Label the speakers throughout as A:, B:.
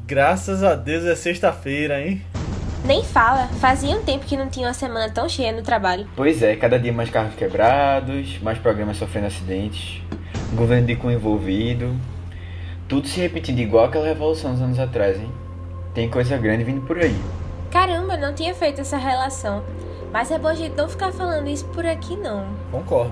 A: Graças a Deus é sexta-feira, hein?
B: Nem fala, fazia um tempo que não tinha uma semana tão cheia no trabalho.
C: Pois é, cada dia mais carros quebrados, mais programas sofrendo acidentes, governo de cunho envolvido, tudo se repetindo igual aquela revolução dos anos atrás, hein? Tem coisa grande vindo por aí.
B: Caramba, não tinha feito essa relação. Mas é bom a gente não ficar falando isso por aqui, não.
A: Concordo.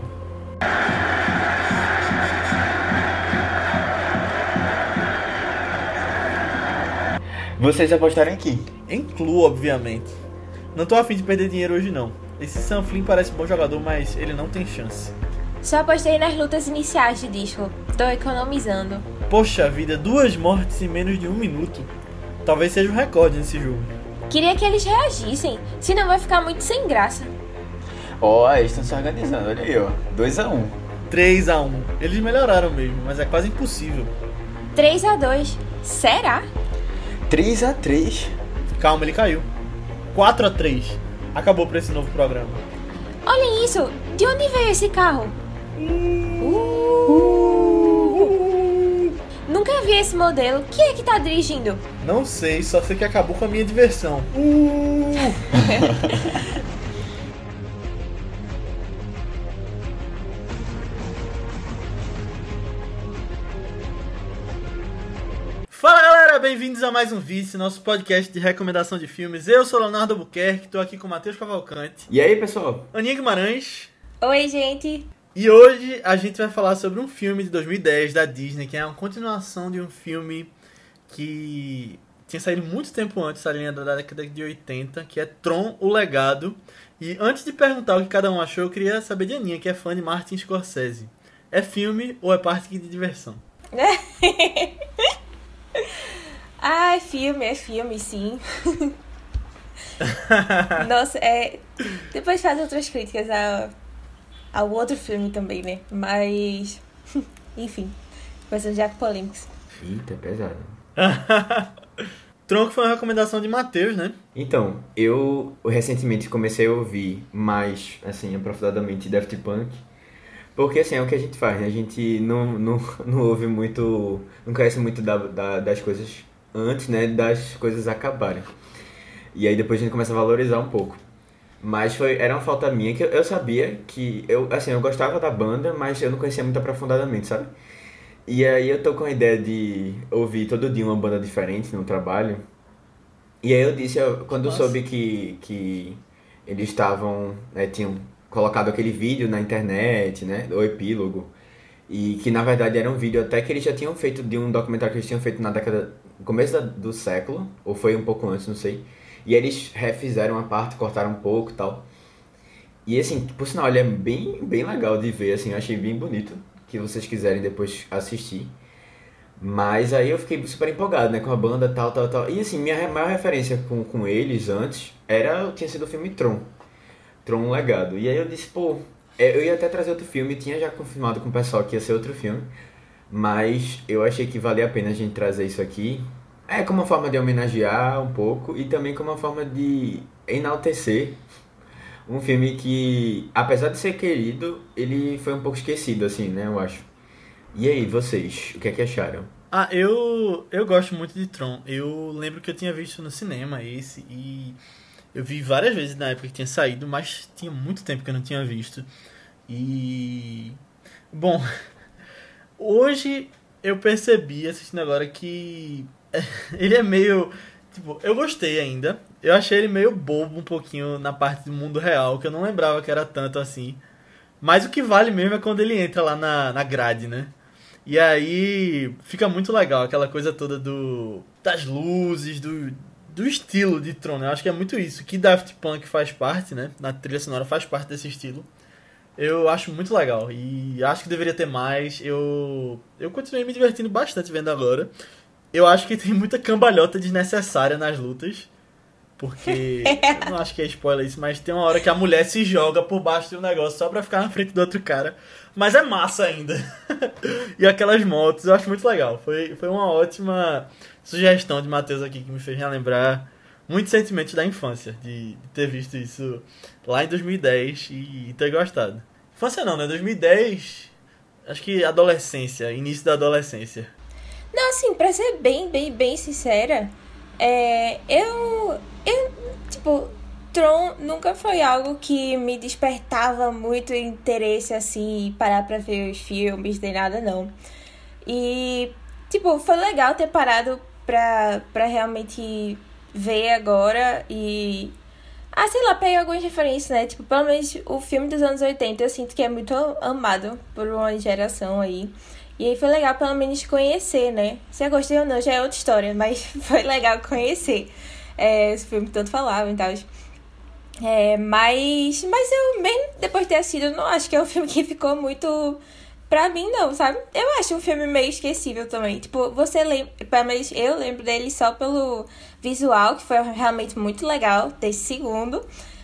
C: Vocês apostaram em quem?
A: Em Clu, obviamente. Não tô afim de perder dinheiro hoje, não. Esse Sam Flynn parece bom jogador, mas ele não tem chance.
B: Só apostei nas lutas iniciais de Disco. Tô economizando.
A: Poxa vida, 2 mortes em menos de 1 minuto. Talvez seja um recorde nesse jogo.
B: Queria que eles reagissem, senão vai ficar muito sem graça.
C: Ó, eles estão se organizando, olha aí, ó. 2-1.
A: 3-1. Eles melhoraram mesmo, mas é quase impossível.
B: 3-2. Será?
C: 3-3.
A: Calma, ele caiu. 4-3. Acabou pra esse novo programa.
B: Olhem isso! De onde veio esse carro? Nunca vi esse modelo. Quem é que tá dirigindo?
A: Não sei, só sei que acabou com a minha diversão. Fala galera, bem-vindos a mais um vídeo, nosso podcast de recomendação de filmes. Eu sou Leonardo Albuquerque, tô aqui com o Matheus Cavalcante.
C: E aí, pessoal?
A: Aninha Guimarães.
B: Oi, gente.
A: E hoje a gente vai falar sobre um filme de 2010 da Disney, que é uma continuação de um filme que tinha saído muito tempo antes, da linha da década de 80, que é Tron, o Legado. E antes de perguntar o que cada um achou, eu queria saber de Aninha, que é fã de Martin Scorsese. É filme ou é parque de diversão?
B: Ah, é filme, sim. Nossa, depois faz outras críticas ao outro filme também, né? Mas, enfim, vai ser já polêmicos.
C: Eita, pesado.
A: Tron, que foi uma recomendação de Matheus, né?
C: Então, eu recentemente comecei a ouvir mais, assim, aprofundadamente Daft Punk. Porque, assim, é o que a gente faz, né? A gente não ouve muito, não conhece muito das coisas antes, né? Das coisas acabarem. E aí depois a gente começa a valorizar um pouco. Mas era uma falta minha, que eu sabia que, eu gostava da banda, mas eu não conhecia muito aprofundadamente, sabe? E aí eu tô com a ideia de ouvir todo dia uma banda diferente no trabalho. E aí eu disse, quando eu soube que eles estavam, né, tinham colocado aquele vídeo na internet, né, o epílogo, e que na verdade era um vídeo até que eles já tinham feito de um documentário que eles tinham feito no começo do século, ou foi um pouco antes, não sei. E aí eles refizeram a parte, cortaram um pouco e tal. E assim, por sinal, ele é bem, bem legal de ver, assim, eu achei bem bonito, que vocês quiserem depois assistir. Mas aí eu fiquei super empolgado, né, com a banda, tal. E assim, minha maior referência com eles antes tinha sido o filme Tron, um Legado. E aí eu disse, eu ia até trazer outro filme, tinha já confirmado com o pessoal que ia ser outro filme, mas eu achei que valia a pena a gente trazer isso aqui. Como uma forma de homenagear um pouco e também como uma forma de enaltecer um filme que, apesar de ser querido, ele foi um pouco esquecido, assim, né, eu acho. E aí, vocês, o que é que acharam?
A: Eu gosto muito de Tron. Eu lembro que eu tinha visto no cinema esse e eu vi várias vezes na época que tinha saído, mas tinha muito tempo que eu não tinha visto. E... Bom, hoje eu percebi, assistindo agora, que ele é meio... Tipo, eu gostei ainda. Eu achei ele meio bobo um pouquinho na parte do mundo real, que eu não lembrava que era tanto assim. Mas o que vale mesmo é quando ele entra lá na grade, né? E aí fica muito legal aquela coisa toda das luzes, do estilo de Tron, né? Eu acho que é muito isso. Que Daft Punk faz parte, né? Na trilha sonora faz parte desse estilo. Eu acho muito legal. E acho que deveria ter mais. Eu continuei me divertindo bastante vendo agora. Eu acho que tem muita cambalhota desnecessária nas lutas. Porque, eu não acho que é spoiler isso, mas tem uma hora que a mulher se joga por baixo de um negócio só pra ficar na frente do outro cara. Mas é massa ainda. E aquelas motos, eu acho muito legal. Foi uma ótima sugestão de Matheus aqui, que me fez relembrar muitos sentimentos da infância. De ter visto isso lá em 2010 e ter gostado. Infância não, né? 2010, acho que adolescência, início da adolescência.
B: Não, assim, pra ser bem sincera, tipo, Tron nunca foi algo que me despertava muito interesse, assim, parar pra ver os filmes, nem nada, não. E, tipo, foi legal ter parado pra realmente ver agora e... Ah, sei lá, peguei algumas referências, né? Tipo, pelo menos o filme dos anos 80 eu sinto que é muito amado por uma geração aí. E aí foi legal pelo menos conhecer, né? Se eu gostei ou não já é outra história, mas foi legal conhecer esse filme que tanto falavam e tal. Mas eu, mesmo depois de ter assistido, não acho que é um filme que ficou muito pra mim, não, sabe? Eu acho um filme meio esquecível também. Tipo, você lembra, pelo menos eu lembro dele só pelo visual, que foi realmente muito legal, desse segundo.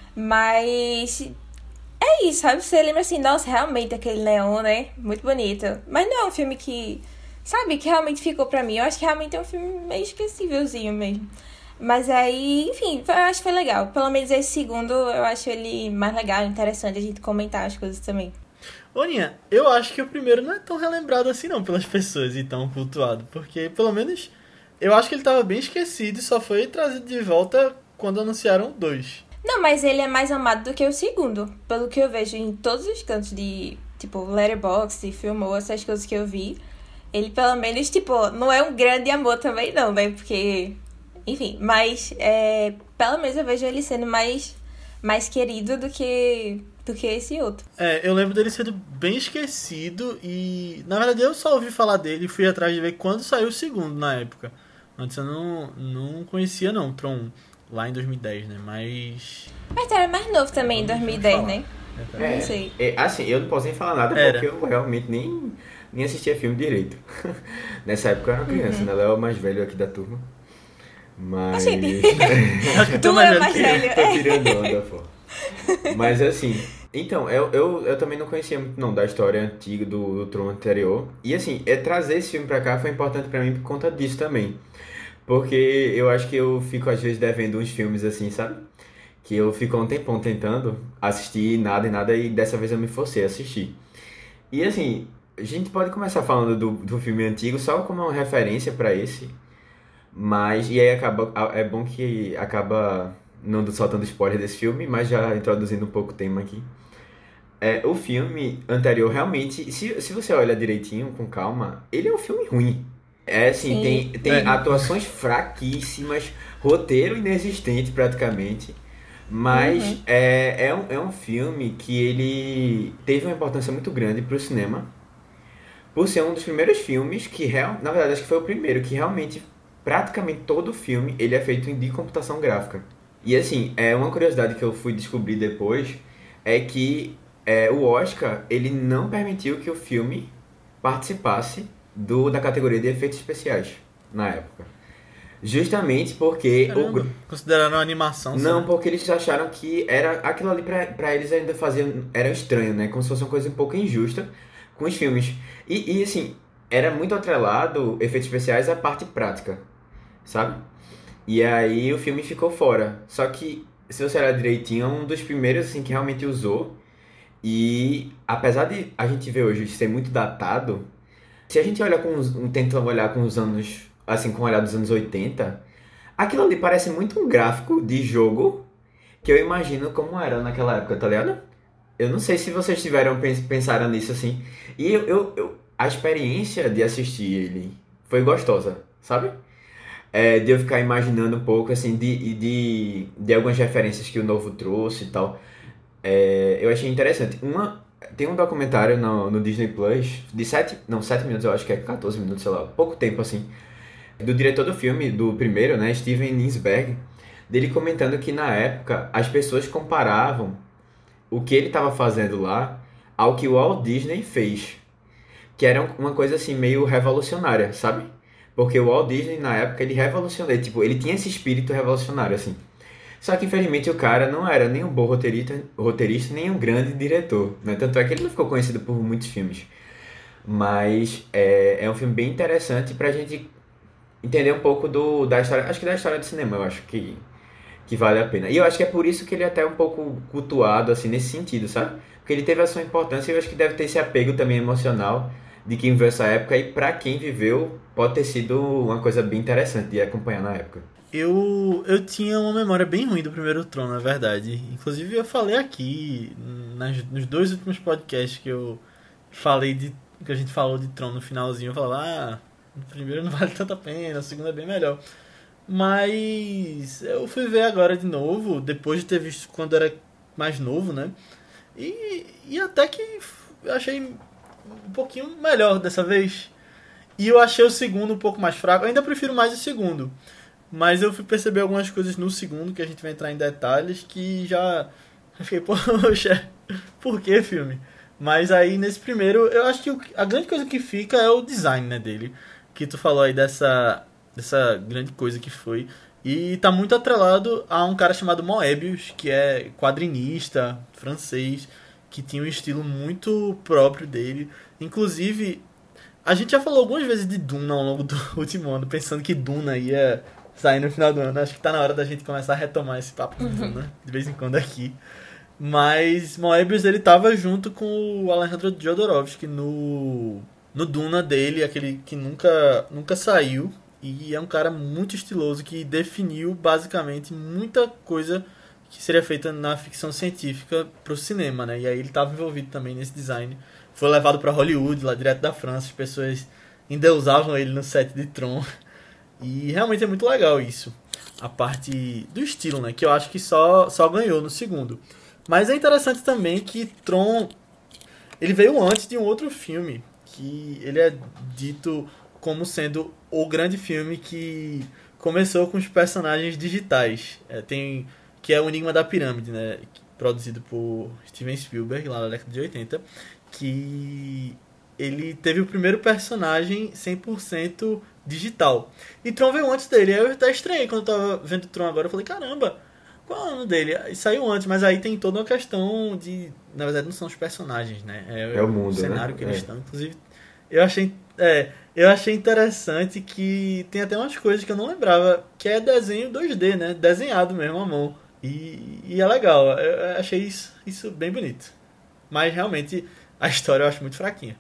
B: Mas é isso, sabe? Você lembra assim, nossa, realmente aquele neon, né? Muito bonito. Mas não é um filme que, sabe, que realmente ficou pra mim. Eu acho que realmente é um filme meio esquecívelzinho mesmo. Mas aí, enfim, eu acho que foi legal. Pelo menos esse segundo, eu acho ele mais legal, interessante a gente comentar as coisas também.
A: Oninha, eu acho que o primeiro não é tão relembrado assim não pelas pessoas e tão cultuado. Porque, pelo menos, eu acho que ele tava bem esquecido e só foi trazido de volta quando anunciaram o 2.
B: Não, mas ele é mais amado do que o segundo. Pelo que eu vejo em todos os cantos de, tipo, Letterboxd, Filmou, essas coisas que eu vi. Ele, pelo menos, tipo, não é um grande amor também não, né? Porque... Enfim, mas pelo menos eu vejo ele sendo mais querido do que esse outro.
A: Eu lembro dele sendo bem esquecido e, na verdade, eu só ouvi falar dele e fui atrás de ver quando saiu o segundo na época. Antes eu não conhecia não, Tron 1, lá em 2010, né? Mas
B: tu era mais novo também, em 2010, né?
C: Não
B: sei.
C: Assim, eu não posso nem falar nada porque eu realmente nem assistia filme direito. Nessa época eu era uma criança, né? Eu era o mais velho aqui da turma. Mas...
A: acho que
B: tu é mais velho.
C: Tô tirando onda, pô. Mas assim... Então, eu também não conhecia muito não da história antiga do Tron anterior. E assim, trazer esse filme pra cá foi importante pra mim por conta disso também. Porque eu acho que eu fico às vezes devendo uns filmes assim, sabe? Que eu fico há um tempão tentando assistir nada e dessa vez eu me forcei a assistir. E assim, a gente pode começar falando do filme antigo só como uma referência pra esse. Mas, e aí é bom que acaba não soltando spoiler desse filme, mas já introduzindo um pouco o tema aqui. O filme anterior, realmente, se você olha direitinho, com calma, ele é um filme ruim. Assim, tem atuações fraquíssimas, roteiro inexistente praticamente, mas é um filme que ele teve uma importância muito grande pro cinema, por ser um dos primeiros filmes que, na verdade, acho que foi o primeiro que realmente... Praticamente todo o filme ele é feito de computação gráfica. E assim, uma curiosidade que eu fui descobrir depois é que o Oscar ele não permitiu que o filme participasse da categoria de efeitos especiais na época. Justamente porque...
A: Consideraram a animação...
C: Não,
A: né?
C: porque eles acharam que era aquilo ali pra eles ainda faziam... Era estranho, né? Como se fosse uma coisa um pouco injusta com os filmes. E assim, era muito atrelado efeitos especiais à parte prática. Sabe? E aí o filme ficou fora. Só que, se você olhar direitinho, é um dos primeiros assim, que realmente usou. E apesar de a gente ver hoje ser muito datado, se a gente olha tenta olhar com os anos, assim, com o olhar dos anos 80, aquilo ali parece muito um gráfico de jogo que eu imagino como era naquela época, tá ligado? Eu não sei se vocês pensaram nisso assim. E a experiência de assistir ele foi gostosa, sabe? De eu ficar imaginando um pouco, assim, de algumas referências que o novo trouxe e tal. Eu achei interessante. Tem um documentário no Disney Plus, de 7 minutos, eu acho que é 14 minutos, sei lá, pouco tempo, assim, do diretor do filme, do primeiro, né, Steven Spielberg, dele comentando que, na época, as pessoas comparavam o que ele estava fazendo lá ao que o Walt Disney fez. Que era uma coisa, assim, meio revolucionária, sabe? Porque o Walt Disney, na época, ele revolucionou. Tipo, ele tinha esse espírito revolucionário, assim. Só que, infelizmente, o cara não era nem um bom roteirista nem um grande diretor, né? Tanto é que ele não ficou conhecido por muitos filmes. Mas é um filme bem interessante pra gente entender um pouco da história... Acho que da história do cinema, eu acho que vale a pena. E eu acho que é por isso que ele é até um pouco cultuado, assim, nesse sentido, sabe? Porque ele teve a sua importância e eu acho que deve ter esse apego também emocional de quem viveu essa época, e pra quem viveu, pode ter sido uma coisa bem interessante de acompanhar na época.
A: Eu tinha uma memória bem ruim do primeiro Tron, na verdade. Inclusive eu falei aqui, nos 2 últimos podcasts que eu falei que a gente falou de Tron no finalzinho, eu falava, o primeiro não vale tanta pena, o segundo é bem melhor. Mas eu fui ver agora de novo, depois de ter visto quando era mais novo, né? E até que eu achei um pouquinho melhor dessa vez. E eu achei o segundo um pouco mais fraco. Eu ainda prefiro mais o segundo. Mas eu fui perceber algumas coisas no segundo, que a gente vai entrar em detalhes, que já fiquei, poxa, por que filme? Mas aí nesse primeiro, eu acho que a grande coisa que fica é o design, né, dele. Que tu falou aí dessa grande coisa que foi. E tá muito atrelado a um cara chamado Moebius, que é quadrinista francês, que tinha um estilo muito próprio dele. Inclusive, a gente já falou algumas vezes de Duna ao longo do último ano, pensando que Duna ia sair no final do ano. Acho que tá na hora da gente começar a retomar esse papo de Duna, de vez em quando aqui. Mas Moebius, ele tava junto com o Alejandro Jodorowsky no Duna dele, aquele que nunca saiu. E é um cara muito estiloso que definiu basicamente muita coisa que seria feita na ficção científica pro cinema, né? E aí ele estava envolvido também nesse design. Foi levado para Hollywood, lá direto da França. As pessoas endeusavam ele no set de Tron. E realmente é muito legal isso. A parte do estilo, né? Que eu acho que só ganhou no segundo. Mas é interessante também que Tron, ele veio antes de um outro filme, que ele é dito como sendo o grande filme que começou com os personagens digitais. Que é o Enigma da Pirâmide, né? Produzido por Steven Spielberg, lá na década de 80. Que ele teve o primeiro personagem 100% digital. E Tron veio antes dele. Eu até estranhei quando eu tava vendo Tron agora. Eu falei, caramba, qual é o ano dele? E saiu antes, mas aí tem toda uma questão de... Na verdade, não são os personagens, né?
C: É o mundo,
A: o cenário,
C: né?
A: Que eles estão. Inclusive, eu achei interessante que tem até umas coisas que eu não lembrava, que é desenho 2D, né? Desenhado mesmo à mão. E é legal. Eu achei isso bem bonito. Mas realmente a história eu acho muito fraquinha.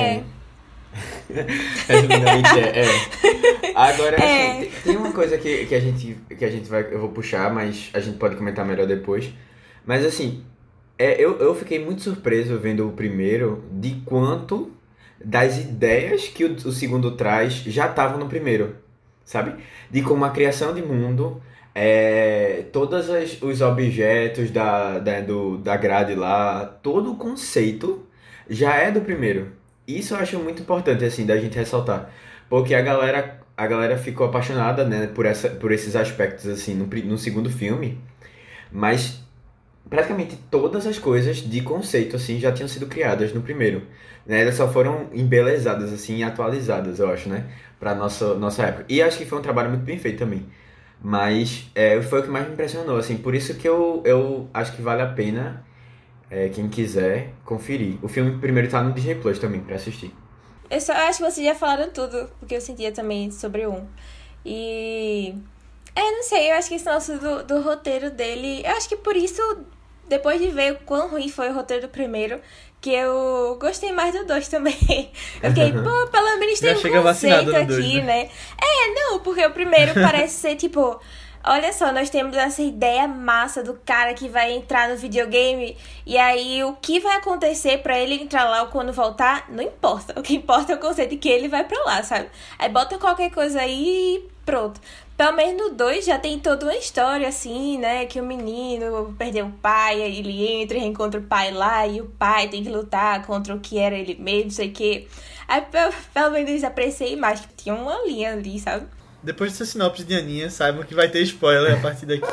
C: Resumidamente Agora, assim, tem uma coisa que a gente vai... Eu vou puxar, mas a gente pode comentar melhor depois. Mas assim, eu fiquei muito surpreso vendo o primeiro, de quanto das ideias que o segundo traz já estavam no primeiro, sabe? De como a criação de mundo, todos os objetos da grade lá, todo o conceito já é do primeiro. Isso eu acho muito importante, assim, da gente ressaltar. Porque a galera ficou apaixonada, né, por esses aspectos, assim, no segundo filme. Mas praticamente todas as coisas de conceito, assim, já tinham sido criadas no primeiro. Né? Elas só foram embelezadas, assim, e atualizadas, eu acho, né? Pra nossa época. E acho que foi um trabalho muito bem feito também. Mas foi o que mais me impressionou, assim. Por isso que eu acho que vale a pena... quem quiser conferir. O filme primeiro tá no Disney Plus também, pra assistir.
B: Eu acho que vocês já falaram tudo, porque eu sentia também sobre um. E... não sei, eu acho que esse nosso do roteiro dele... Eu acho que por isso, depois de ver o quão ruim foi o roteiro do primeiro, que eu gostei mais do 2 também. Eu fiquei, pelo menos tem um conceito aqui, né? Não, porque o primeiro parece ser, tipo... Olha só, nós temos essa ideia massa do cara que vai entrar no videogame e aí o que vai acontecer pra ele entrar lá ou quando voltar, não importa. O que importa é o conceito de que ele vai pra lá, sabe? Aí bota qualquer coisa aí e pronto. Pelo menos no 2 já tem toda uma história assim, né? Que o menino perdeu o pai, aí ele entra e reencontra o pai lá e o pai tem que lutar contra o que era ele mesmo, não sei o quê. Aí pelo menos apreciei mais, que tinha uma linha ali, sabe?
A: Depois dessa sinopse de Aninha, saibam que vai ter spoiler a partir daqui.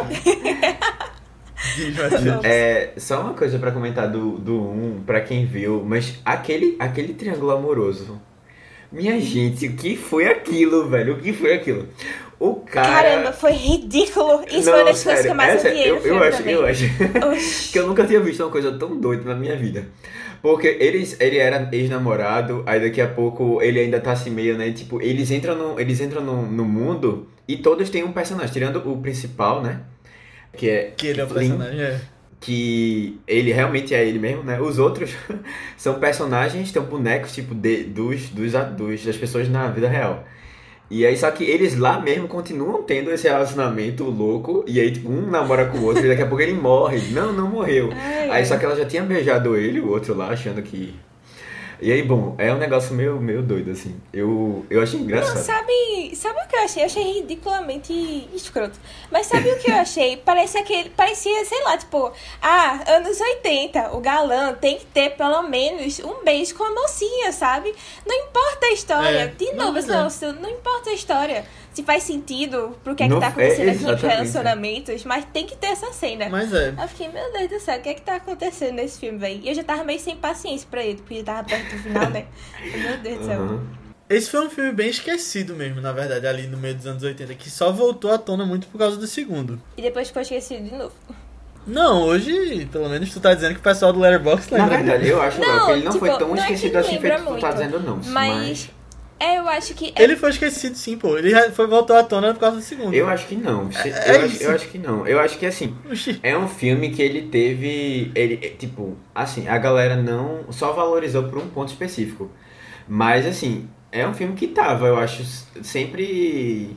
A: Diz, Matheus.
C: Só uma coisa pra comentar do 1, pra quem viu, mas aquele triângulo amoroso. Minha gente, o que foi aquilo, velho? O que foi aquilo? O cara...
B: Caramba, foi ridículo. Isso foi uma das coisas que eu mais odiei no filme também.
C: Eu acho que eu nunca tinha visto uma coisa tão doida na minha vida. Porque ele era ex-namorado, aí daqui a pouco ele ainda tá assim meio, né? Tipo, eles entram no mundo e todos têm um personagem, tirando o principal, né? Que
A: ele é o personagem,
C: que ele realmente é ele mesmo, né? Os outros são personagens, são bonecos, tipo, das pessoas na vida real. E aí, só que eles lá mesmo continuam tendo esse relacionamento louco, e aí, tipo, um namora com o outro, e daqui a pouco ele morre. Não morreu. Aí, só que ela já tinha beijado ele, o outro lá, achando que... E aí, bom, é um negócio meio doido, assim. Eu achei engraçado.
B: Não, sabe o que eu achei? Eu achei ridiculamente escroto. Mas sabe o que eu achei? Parecia, sei lá, tipo, anos 80, o galã tem que ter pelo menos um beijo com a mocinha, sabe? Não importa a história. De novo, não importa a história. Se faz sentido pro que é que tá acontecendo aqui nos relacionamentos, mas tem que ter essa cena.
A: Mas é.
B: Eu fiquei, meu Deus do céu, o que é que tá acontecendo nesse filme, velho? E eu já tava meio sem paciência pra ele, porque já tava perto do final, né? Meu Deus do céu.
A: Esse foi um filme bem esquecido mesmo, na verdade, ali no meio dos anos 80, que só voltou à tona muito por causa do segundo.
B: E depois ficou esquecido de novo.
A: Não, hoje, pelo menos tu tá dizendo que o pessoal do Letterboxd lembra.
C: Na verdade, eu acho que ele não
B: tipo,
C: foi tão
B: não
C: esquecido
B: é que
C: assim feito que tu
B: muito,
C: tá dizendo, não. Mas...
B: eu acho que...
A: Ele foi esquecido sim, pô. Ele voltou à tona por causa do segundo.
C: Eu acho que não. Eu acho que não. Eu acho que, assim, é um filme que ele teve... tipo, assim, a galera não só valorizou por um ponto específico. Mas, assim, é um filme que tava, eu acho, sempre...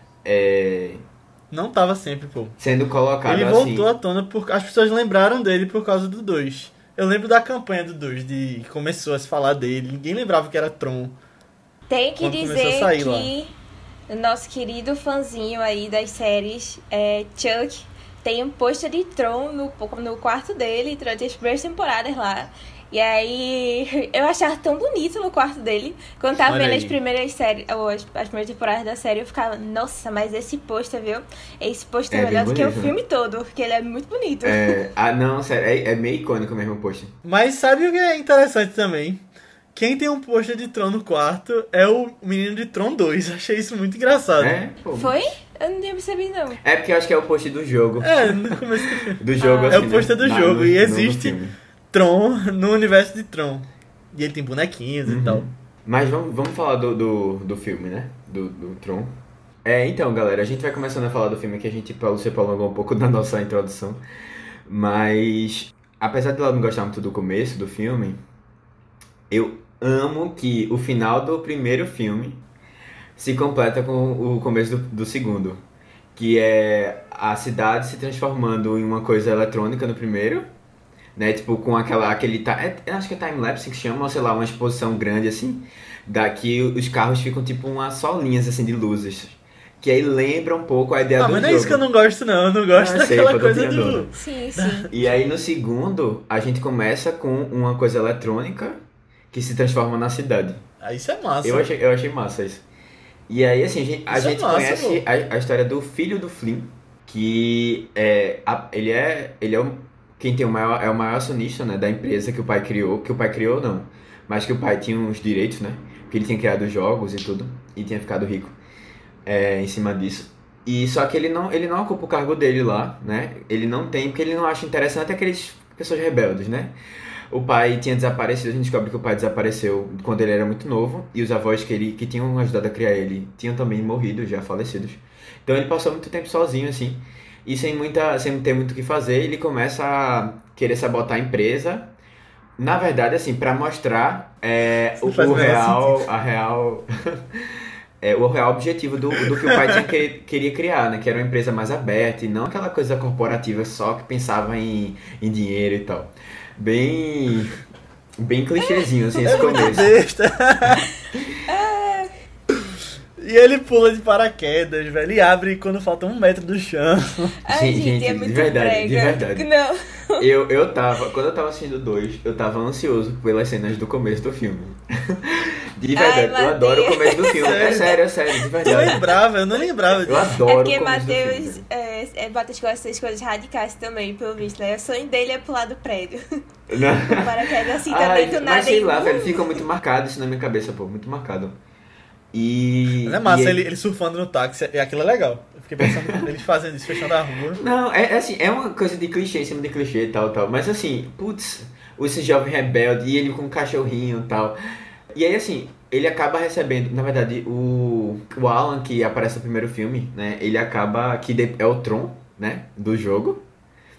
A: Não tava sempre, pô.
C: Sendo colocado
A: ele
C: assim...
A: Ele voltou à tona porque as pessoas lembraram dele por causa do 2. Eu lembro da campanha do 2, de que começou a se falar dele. Ninguém lembrava que era Tron.
B: Tem que dizer que o nosso querido fãzinho aí das séries, Chuck, tem um pôster de Tron no quarto dele durante as primeiras temporadas lá. E aí, eu achava tão bonito no quarto dele. Quando tava vendo as primeiras séries, as primeiras temporadas da série, eu ficava, nossa, mas esse pôster, viu? Esse pôster é melhor do que o filme todo, porque ele é muito bonito.
C: Não, sério, é meio icônico mesmo o pôster.
A: Mas sabe o que é interessante também? Quem tem um pôster de Tron no quarto é o menino de Tron 2. Achei isso muito engraçado.
B: Foi? Eu não tinha percebido, não.
C: É porque eu acho que é o pôster do jogo.
A: No começo
C: do jogo, assim,
A: é o pôster do jogo. E existe Tron no universo de Tron. E ele tem bonequinhos e tal.
C: Mas vamos falar do filme, né? Do Tron. Então, galera, a gente vai começando a falar do filme que a gente se prolongou um pouco da nossa introdução. Mas, apesar de eu não gostar muito do começo do filme, eu amo que o final do primeiro filme se completa com o começo do segundo. Que é a cidade se transformando em uma coisa eletrônica no primeiro, né? Tipo, com aquele... acho que é time-lapse que chama, ou sei lá, uma exposição grande, assim. Daqui os carros ficam tipo umas solinhas, assim, de luzes. Que aí lembra um pouco a ideia do jogo.
A: Mas não é isso que eu não gosto, não. Eu não gosto daquela coisa do...
B: Sim.
C: E aí no segundo, a gente começa com uma coisa eletrônica que se transforma na cidade.
A: Isso é massa.
C: Eu achei massa isso. E aí, assim, a gente conhece a história do filho do Flynn, que ele é quem tem o maior acionista, né, da empresa que o pai criou não, mas que o pai tinha uns direitos, né, porque ele tinha criado os jogos e tudo, e tinha ficado rico em cima disso. E só que ele não ocupa o cargo dele lá, né, ele não tem, porque ele não acha interessante aqueles pessoas rebeldes, né. O pai tinha desaparecido, a gente descobre que o pai desapareceu quando ele era muito novo, e os avós que tinham ajudado a criar ele tinham também morrido, já falecidos. Então ele passou muito tempo sozinho, assim, e sem ter muito o que fazer, ele começa a querer sabotar a empresa, na verdade, assim, pra mostrar o real objetivo do que o pai queria criar, né, que era uma empresa mais aberta, e não aquela coisa corporativa só que pensava em dinheiro e tal. Bem clichêzinho, assim, esse começo.
A: E ele pula de paraquedas, velho. Ele abre quando falta 1 metro do chão.
B: Ai, gente, é muito de verdade. Não.
C: Quando eu tava assistindo 2, eu tava ansioso pelas cenas do começo do filme. De verdade, eu adoro o começo do filme. É sério, de verdade.
A: Eu não lembrava disso.
C: Eu adoro
B: porque o Matheus gosta dessas coisas radicais também, pelo visto, né? O sonho dele é pular do prédio. O paraquedas assim também, do nada.
C: Mas sei lá, velho, fica muito marcado isso na minha cabeça, pô, muito marcado.
A: Mas é massa, ele surfando no táxi, aquilo é legal. Eu fiquei pensando eles fazendo isso, fechando a rua.
C: Não, assim, é uma coisa de clichê em cima de clichê e tal. Mas assim, putz, esse jovem rebelde, e ele com um cachorrinho e tal. E aí, assim, ele acaba recebendo, na verdade, o Alan, que aparece no primeiro filme, né, ele acaba, que é o Tron, né, do jogo.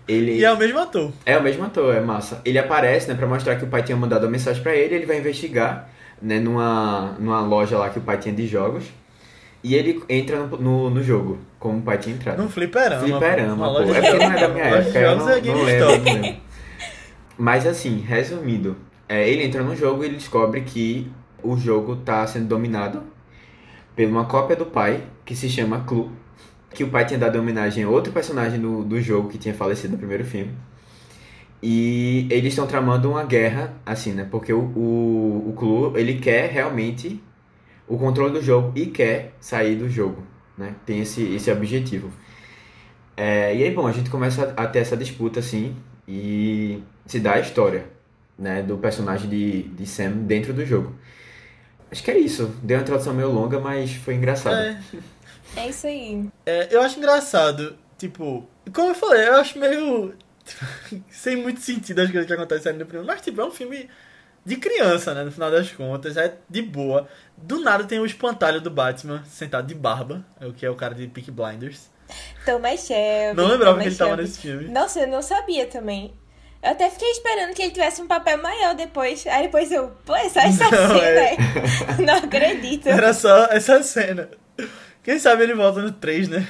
C: Ele...
A: E é o mesmo ator.
C: É o mesmo ator, é massa. Ele aparece, né, pra mostrar que o pai tinha mandado uma mensagem pra ele, ele vai investigar, né, numa loja lá que o pai tinha de jogos. E ele entra no jogo, como o pai tinha entrado.
A: Num fliperama.
C: Fliperama, pô.
A: Loja
C: É porque não é da minha
A: loja de
C: época, eu
A: jogos é
C: não lembro. Mas assim, resumindo, ele entra no jogo e ele descobre que o jogo tá sendo dominado por uma cópia do pai, que se chama Clu. Que o pai tinha dado homenagem a outro personagem do jogo que tinha falecido no primeiro filme. E eles estão tramando uma guerra, assim, né? Porque o Clu, ele quer realmente o controle do jogo e quer sair do jogo, né? Tem esse objetivo. E aí, bom, a gente começa a ter essa disputa, assim, e se dá a história, né? Do personagem de Sam dentro do jogo. Acho que é isso. Deu uma introdução meio longa, mas foi engraçado.
B: É isso aí.
A: Eu acho engraçado, tipo, como eu falei, eu acho meio sem muito sentido as coisas que acontecem ali no primeiro, mas tipo, é um filme de criança, né, no final das contas, é de boa. Do nada tem o espantalho do Batman sentado de barba, o que é o cara de Peaky Blinders.
B: Thomas Shelby.
A: Não lembrava que ele tava nesse filme.
B: Nossa, eu não sabia também. Eu até fiquei esperando que ele tivesse um papel maior depois. Aí depois eu, pô, é só essa cena. Não acredito.
A: Era só essa cena. Quem sabe ele volta no 3, né?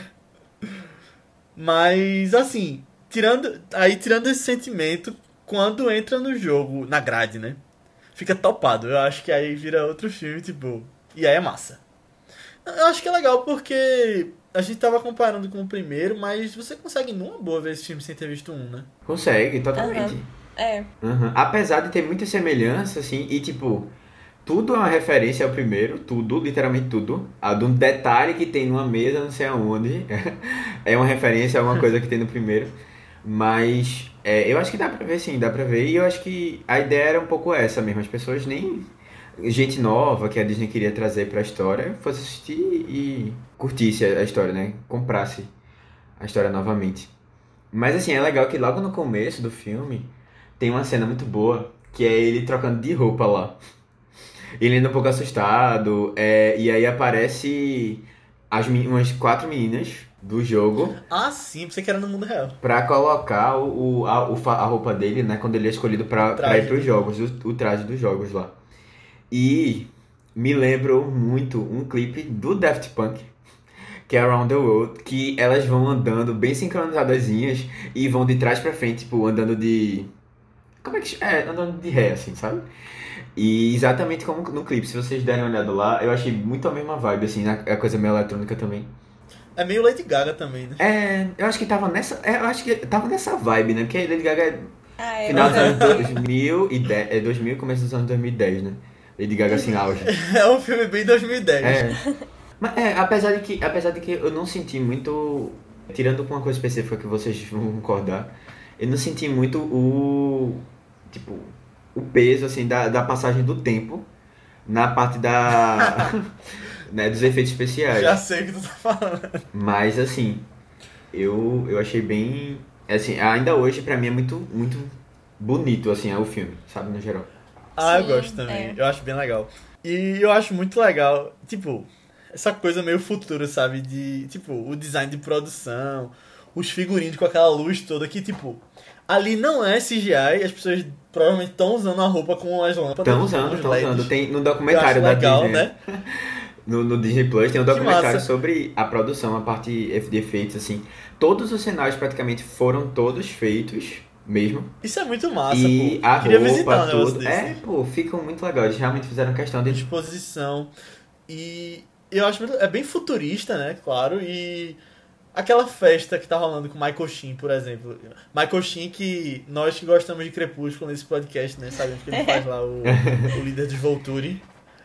A: Mas, assim, tirando esse sentimento, quando entra no jogo, na grade, né? Fica topado. Eu acho que aí vira outro filme, tipo... E aí é massa. Eu acho que é legal porque a gente tava comparando com o primeiro, mas você consegue numa boa ver esse filme sem ter visto um, né?
C: Consegue, totalmente. Apesar de ter muita semelhança, assim, e tipo... Tudo é uma referência ao primeiro, tudo, literalmente tudo. De um detalhe que tem numa mesa, não sei aonde. É uma referência a alguma coisa que tem no primeiro. Mas eu acho que dá pra ver, sim, dá pra ver. E eu acho que a ideia era um pouco essa mesmo. As pessoas nem... Gente nova que a Disney queria trazer pra história fosse assistir e curtisse a história, né? Comprasse a história novamente. Mas assim, é legal que logo no começo do filme tem uma cena muito boa, que é ele trocando de roupa lá. Ele ainda um pouco assustado, e aí aparece umas 4 meninas do jogo.
A: Ah, sim, pensei que era no mundo real.
C: Pra colocar a roupa dele, né, quando ele é escolhido pra ir pros jogos, o traje dos jogos lá. E me lembrou muito um clipe do Daft Punk, que é Around the World, que elas vão andando bem sincronizadazinhas e vão de trás pra frente, tipo, andando de... Como é que chama? Andando de ré, assim, sabe? E exatamente como no clipe, se vocês derem uma olhada lá, eu achei muito a mesma vibe, assim, a coisa meio eletrônica também.
A: É meio Lady Gaga também, né?
C: Eu acho que tava nessa vibe, né? Porque Lady Gaga é final
B: verdade.
C: dos anos 2010, 2000 começo dos anos 2010, né? Lady Gaga assim, auge.
A: É um filme bem 2010.
C: Mas apesar de que eu não senti muito, tirando com uma coisa específica que vocês vão concordar, eu não senti muito o peso, assim, da passagem do tempo na parte né, dos efeitos especiais.
A: Já sei o que tu tá falando.
C: Mas, assim, eu achei bem... Assim, ainda hoje, pra mim, é muito, muito bonito, assim, o filme, sabe, no geral.
A: Eu gosto também. Eu acho bem legal. E eu acho muito legal, tipo, essa coisa meio futura, sabe? De, tipo, o design de produção, os figurinos com aquela luz toda que, tipo... Ali não é CGI, as pessoas provavelmente estão usando a roupa com as lâmpadas.
C: Estão usando. Tem no documentário da
A: legal,
C: Disney.
A: Né?
C: No Disney Plus tem um documentário sobre a produção, a parte de efeitos, assim. Todos os cenários praticamente foram todos feitos mesmo.
A: Isso é muito massa,
C: e
A: pô.
C: a
A: Queria
C: roupa,
A: visitar um negócio
C: tudo.
A: desse.
C: Ficam muito legal. Eles realmente fizeram questão de...
A: Exposição. E eu acho muito... É bem futurista, né? Claro. E... Aquela festa que tá rolando com Michael Sheen, por exemplo. Michael Sheen, que nós que gostamos de Crepúsculo nesse podcast, né? Sabemos que ele faz lá o líder de Volturi.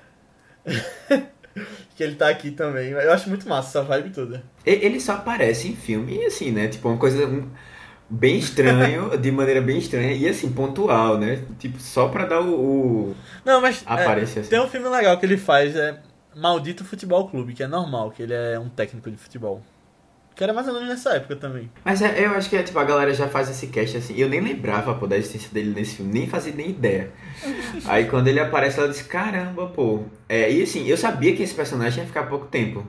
A: Que ele tá aqui também. Eu acho muito massa essa vibe toda.
C: Ele só aparece em filme, assim, né? Tipo, uma coisa bem estranho, de maneira bem estranha. E, assim, pontual, né? Tipo, só pra dar
A: Não, mas
C: aparecer assim.
A: Tem um filme legal que ele faz, Maldito Futebol Clube, que é normal, que ele é um técnico de futebol. Que era mais ou menos nessa época também.
C: Mas eu acho que tipo, a galera já faz esse cast assim. Eu nem lembrava, pô, da existência dele nesse filme, nem fazia nem ideia. Aí quando ele aparece, ela disse, caramba, pô. E assim, eu sabia que esse personagem ia ficar pouco tempo.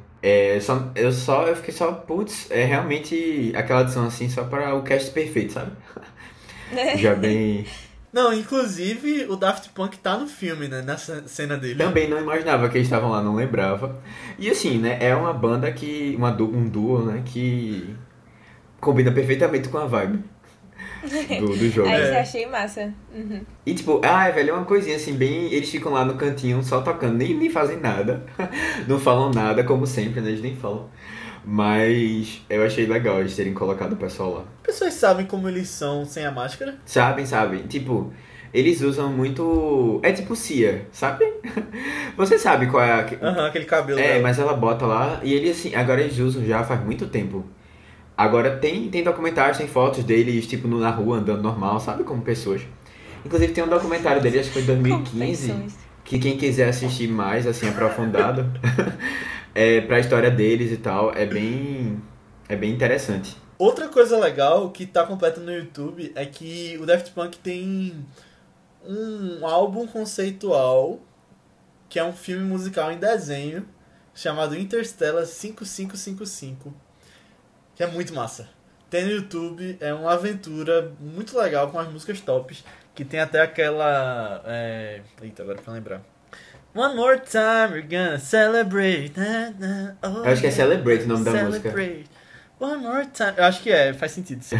C: Eu fiquei só, putz, é realmente aquela adição assim, só para o cast perfeito, sabe? Já bem.
A: Não, inclusive o Daft Punk tá no filme, né? Nessa cena dele.
C: Também não imaginava que eles estavam lá, não lembrava. E assim, né? É uma banda que. Um duo, né? Que combina perfeitamente com a vibe do jogo.
B: Aí eu achei massa. Uhum.
C: E tipo, velho, é uma coisinha assim, bem. Eles ficam lá no cantinho só tocando, nem fazem nada. Não falam nada, como sempre, né? Eles nem falam. Mas eu achei legal eles terem colocado o pessoal lá.
A: As pessoas sabem como eles são sem a máscara?
C: Sabem. Tipo, eles usam muito. É tipo Cia, sabe? Você sabe qual é
A: Aquele cabelo dela.
C: Mas ela bota lá e ele assim, agora eles usam já faz muito tempo. Agora tem documentários, tem fotos deles, tipo, na rua, andando normal, sabe? Como pessoas. Inclusive tem um documentário deles, acho que foi em 2015, que quem quiser assistir mais, assim, aprofundado, pra história deles e tal, é bem interessante.
A: Outra coisa legal que tá completa no YouTube é que o Daft Punk tem um álbum conceitual, que é um filme musical em desenho, chamado Interstellar 5555, que é muito massa. Tem no YouTube, é uma aventura muito legal com as músicas tops, que tem até aquela... Eita, agora pra lembrar. One more time, we're gonna celebrate.
C: Eu acho que é Celebrate o nome da música.
A: One more time. Eu acho que faz sentido. Sim.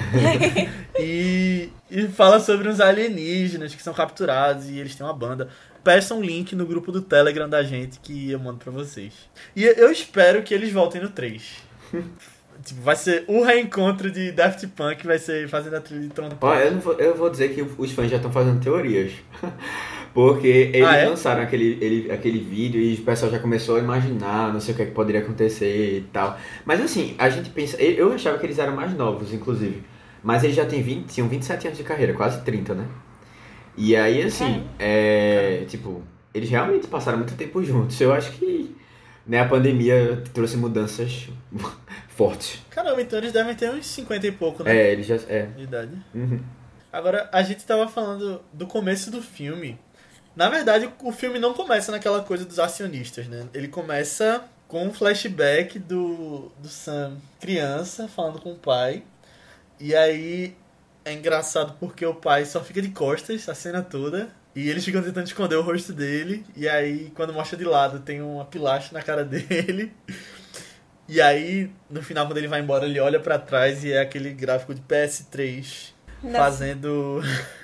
A: e fala sobre uns alienígenas que são capturados e eles têm uma banda. Peça um link no grupo do Telegram da gente que eu mando pra vocês. E eu espero que eles voltem no 3. Tipo, vai ser o reencontro de Daft Punk, vai ser fazendo a trilha de Tron.
C: Eu vou dizer que os fãs já estão fazendo teorias. Porque eles lançaram aquele vídeo e o pessoal já começou a imaginar, não sei o que poderia acontecer e tal. Mas assim, a gente pensa... Eu achava que eles eram mais novos, inclusive. Mas eles já tinham 27 anos de carreira, quase 30, né? E aí, assim, tipo, eles realmente passaram muito tempo juntos. Eu acho que, né, a pandemia trouxe mudanças fortes.
A: Caramba, então eles devem ter uns 50 e pouco, né?
C: Eles já...
A: De idade.
C: Uhum.
A: Agora, a gente tava falando do começo do filme. Na verdade, o filme não começa naquela coisa dos acionistas, né? Ele começa com um flashback do Sam criança, falando com o pai. E aí é engraçado porque o pai só fica de costas a cena toda. E eles ficam tentando esconder o rosto dele. E aí, quando mostra de lado, tem uma pilastra na cara dele. E aí, no final, quando ele vai embora, ele olha pra trás e é aquele gráfico de PS3 fazendo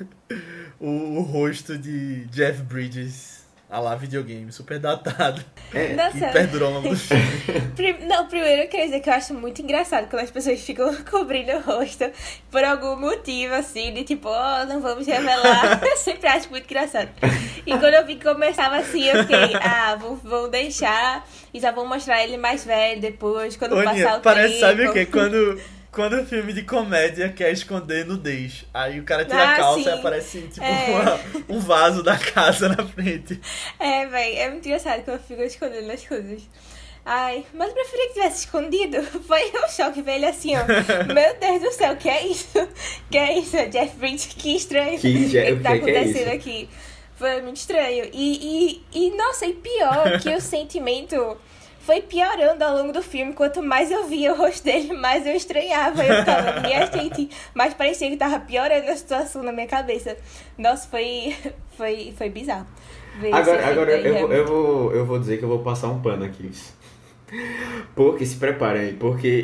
A: o rosto de Jeff Bridges, a lá videogame, super datado.
B: Nossa.
A: E perdurou ao longo do filme.
B: Não, primeiro eu queria dizer que eu acho muito engraçado quando as pessoas ficam cobrindo o rosto por algum motivo, assim, de tipo, não vamos revelar. Eu sempre acho muito engraçado. E quando eu vi que começava assim, eu fiquei, vão deixar e já vão mostrar ele mais velho depois, quando passar o
A: parece,
B: tempo.
A: sabe o quê? Quando o filme de comédia quer esconder nudez, aí o cara tira a calça
B: sim.
A: e aparece tipo um vaso da casa na frente.
B: Véi, é muito engraçado que eu fico escondendo as coisas. Ai, mas eu preferia que tivesse escondido. Foi um choque ver ele assim, ó. Meu Deus do céu, que é isso? Que é isso? Jeff Bridges, que estranho. O que tá acontecendo aqui? Foi muito estranho. E nossa, e pior que o sentimento foi piorando ao longo do filme. Quanto mais eu via o rosto dele, mais eu estranhava. Eu ficava, minha gente, mas parecia que tava piorando a situação na minha cabeça. Nossa, foi bizarro.
C: Agora eu vou dizer que eu vou passar um pano aqui. Porque, se preparem aí, porque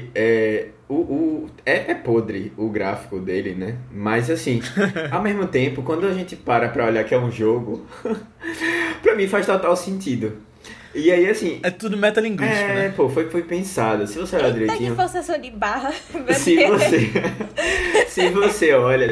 C: é podre o gráfico dele, né? Mas assim, ao mesmo tempo, quando a gente para pra olhar que é um jogo, pra mim faz total sentido. E aí, assim...
A: É tudo metalinguístico, né?
C: Pô, foi pensado. Se você olhar direitinho...
B: que forçação de barra.
C: Se você olha...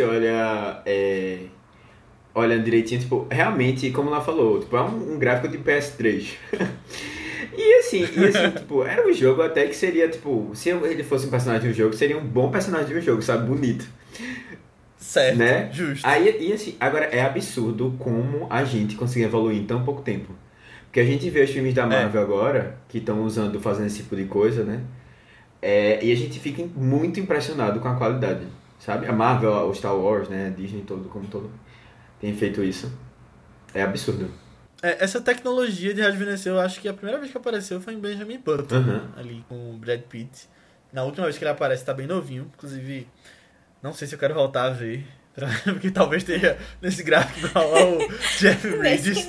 C: Olhando direitinho, tipo, realmente, como ela falou, tipo, é um gráfico de PS3. E assim, tipo, era um jogo até que seria, tipo, se ele fosse um personagem de um jogo, seria um bom personagem de um jogo, sabe? Bonito.
A: Certo,
C: né?
A: Justo.
C: Aí, assim, agora é absurdo como a gente conseguiu evoluir em tão pouco tempo. Porque a gente vê os filmes da Marvel agora, que estão fazendo esse tipo de coisa, né? e a gente fica muito impressionado com a qualidade, sabe? A Marvel, o Star Wars, né? A Disney todo, como todo, tem feito isso. É absurdo.
A: Essa tecnologia de rejuvenescer, eu acho que a primeira vez que apareceu foi em Benjamin Button, ali com o Brad Pitt. Na última vez que ele aparece, tá bem novinho. Inclusive, não sei se eu quero voltar a ver, porque talvez esteja nesse gráfico igual ao Jeff Bridges.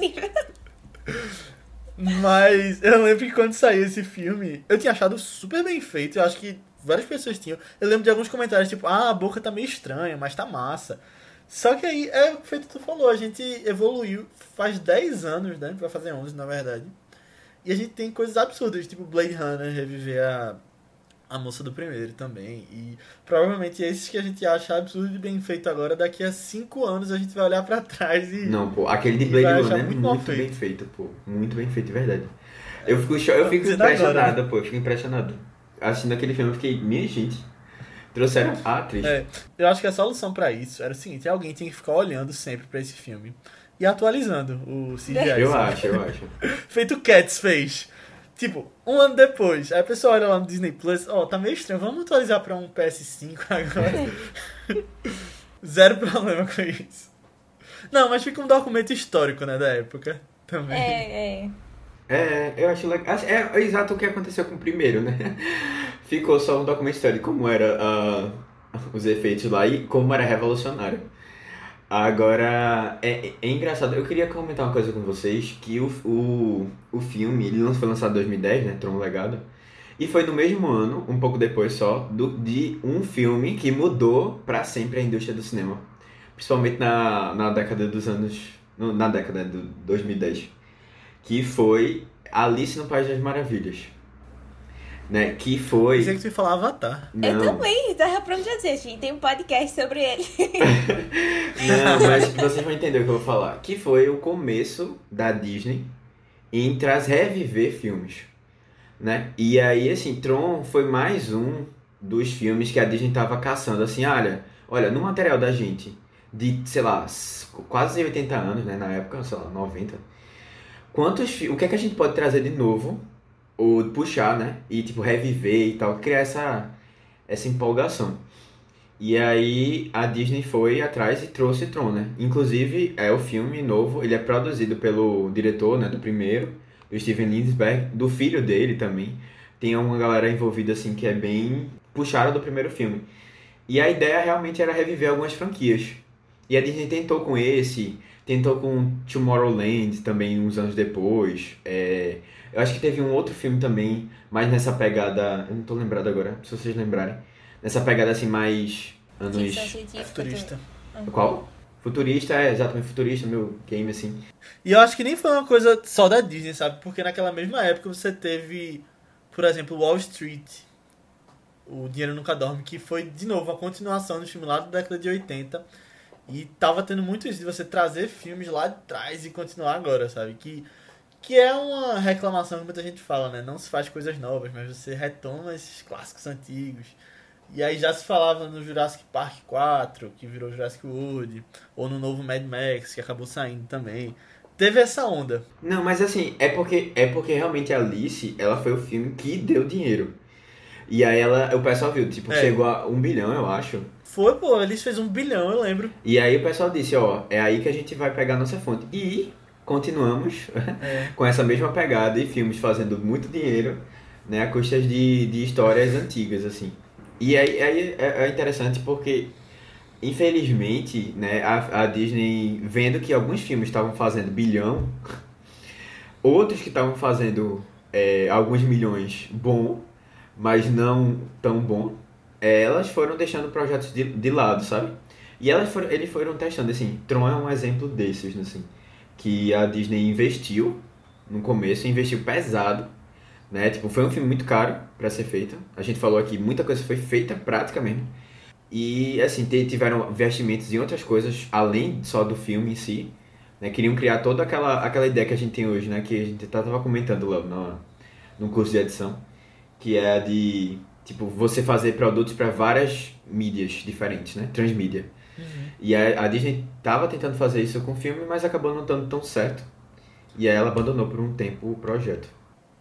A: Mas eu lembro que quando saiu esse filme, eu tinha achado super bem feito. Eu acho que várias pessoas tinham. Eu lembro de alguns comentários, tipo, a boca tá meio estranha, mas tá massa. Só que aí, é o que tu falou, a gente evoluiu faz 10 anos, né? Vai fazer 11, na verdade. E a gente tem coisas absurdas, tipo Blade Runner, reviver a moça do primeiro também. E provavelmente esses que a gente acha absurdo e bem feito agora, daqui a 5 anos a gente vai olhar pra trás e...
C: Não, pô, aquele de Blade Runner é muito bem feito, pô. Muito bem feito, de verdade. Eu fico impressionado, pô. Eu fico impressionado. Assistindo aquele filme, eu fiquei, minha gente... Trouxeram a atriz.
A: Eu acho que a solução pra isso era o seguinte: alguém tinha que ficar olhando sempre pra esse filme e atualizando o CGI.
C: Eu acho.
A: Feito o Cats fez. Tipo, 1 ano depois. Aí a pessoa olha lá no Disney Plus, tá meio estranho, vamos atualizar pra um PS5 agora. Zero problema com isso. Não, mas fica um documento histórico, né, da época também.
C: Eu acho legal. É exato o que aconteceu com o primeiro, né? Ficou só um documento histórico de como era os efeitos lá e como era revolucionário. Agora, é engraçado. Eu queria comentar uma coisa com vocês, que o filme, ele não foi lançado em 2010, né? Tron Legado. E foi no mesmo ano, um pouco depois só, de um filme que mudou pra sempre a indústria do cinema. Principalmente na década dos anos... Na década de 2010. Que foi Alice no País das Maravilhas. Né? Que foi...
A: Pensei que você falava Avatar.
C: Não.
B: Eu também, tava pronto a dizer, gente. Tem um podcast sobre ele.
C: Não, mas vocês vão entender o que eu vou falar. Que foi o começo da Disney em reviver filmes. Né? E aí, assim, Tron foi mais um dos filmes que a Disney tava caçando. Assim, olha, no material da gente, de, sei lá, quase 80 anos, né? Na época, sei lá, 90... o que é que a gente pode trazer de novo, ou puxar, né, e tipo reviver e tal, criar essa empolgação. E aí a Disney foi atrás e trouxe Tron, né, inclusive o filme novo, ele é produzido pelo diretor, né, do primeiro, do Steven Spielberg, do filho dele também, tem uma galera envolvida assim que é bem puxada do primeiro filme. E a ideia realmente era reviver algumas franquias, e a Disney tentou com esse... Tentou com Tomorrowland também, uns anos depois. Eu acho que teve um outro filme também, mais nessa pegada... Eu não tô lembrado agora, se vocês lembrarem. Nessa pegada assim, mais anos...
A: Futurista.
C: Qual? Futurista, exatamente, futurista, meu game assim.
A: E eu acho que nem foi uma coisa só da Disney, sabe? Porque naquela mesma época você teve, por exemplo, Wall Street, O Dinheiro Nunca Dorme, que foi, de novo, a continuação do filme lá da década de 80. E tava tendo muito isso de você trazer filmes lá de trás e continuar agora, sabe? Que é uma reclamação que muita gente fala, né? Não se faz coisas novas, mas você retoma esses clássicos antigos. E aí já se falava no Jurassic Park 4, que virou Jurassic World, ou no novo Mad Max, que acabou saindo também. Teve essa onda.
C: Não, mas assim, é porque realmente a Alice, ela foi o filme que deu dinheiro. E aí o pessoal viu, tipo, chegou a 1 bilhão, eu acho.
A: Foi, pô, eles fez 1 bilhão, eu lembro.
C: E aí o pessoal disse, é aí que a gente vai pegar a nossa fonte. E continuamos com essa mesma pegada e filmes fazendo muito dinheiro, né, a custas de histórias antigas, assim. E aí é interessante porque, infelizmente, né, a Disney, vendo que alguns filmes estavam fazendo bilhão, outros que estavam fazendo alguns milhões bom, mas não tão bom, elas foram deixando projetos de lado, sabe? E eles foram testando, assim, Tron é um exemplo desses, assim, que a Disney investiu no começo, investiu pesado, né? Tipo, foi um filme muito caro pra ser feito. A gente falou aqui, muita coisa foi feita praticamente. E, assim, tiveram investimentos em outras coisas, além só do filme em si, né? Queriam criar toda aquela ideia que a gente tem hoje, né? Que a gente tava comentando lá no curso de edição, que é a de, tipo, você fazer produtos para várias mídias diferentes, né? Transmídia. Uhum. E a Disney tava tentando fazer isso com o filme, mas acabou não dando tão certo. E aí ela abandonou por um tempo o projeto.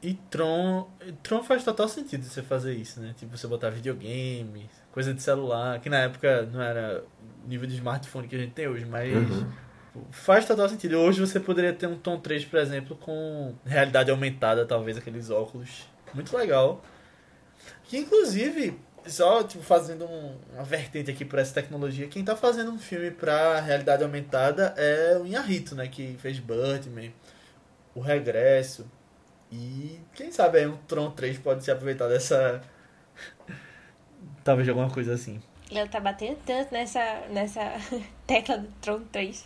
A: E Tron faz total sentido você fazer isso, né? Tipo, você botar videogame, coisa de celular, que na época não era o nível de smartphone que a gente tem hoje, mas faz total sentido. Hoje você poderia ter um Tron 3, por exemplo, com realidade aumentada, talvez, aqueles óculos. Muito legal. Que, inclusive, só tipo, fazendo uma vertente aqui para essa tecnologia, quem tá fazendo um filme pra realidade aumentada é o Inharito, né? Que fez Birdman, O Regresso. E quem sabe aí um Tron 3 pode se aproveitar dessa... Talvez alguma coisa assim.
B: Ele tá batendo tanto nessa tecla do Tron 3.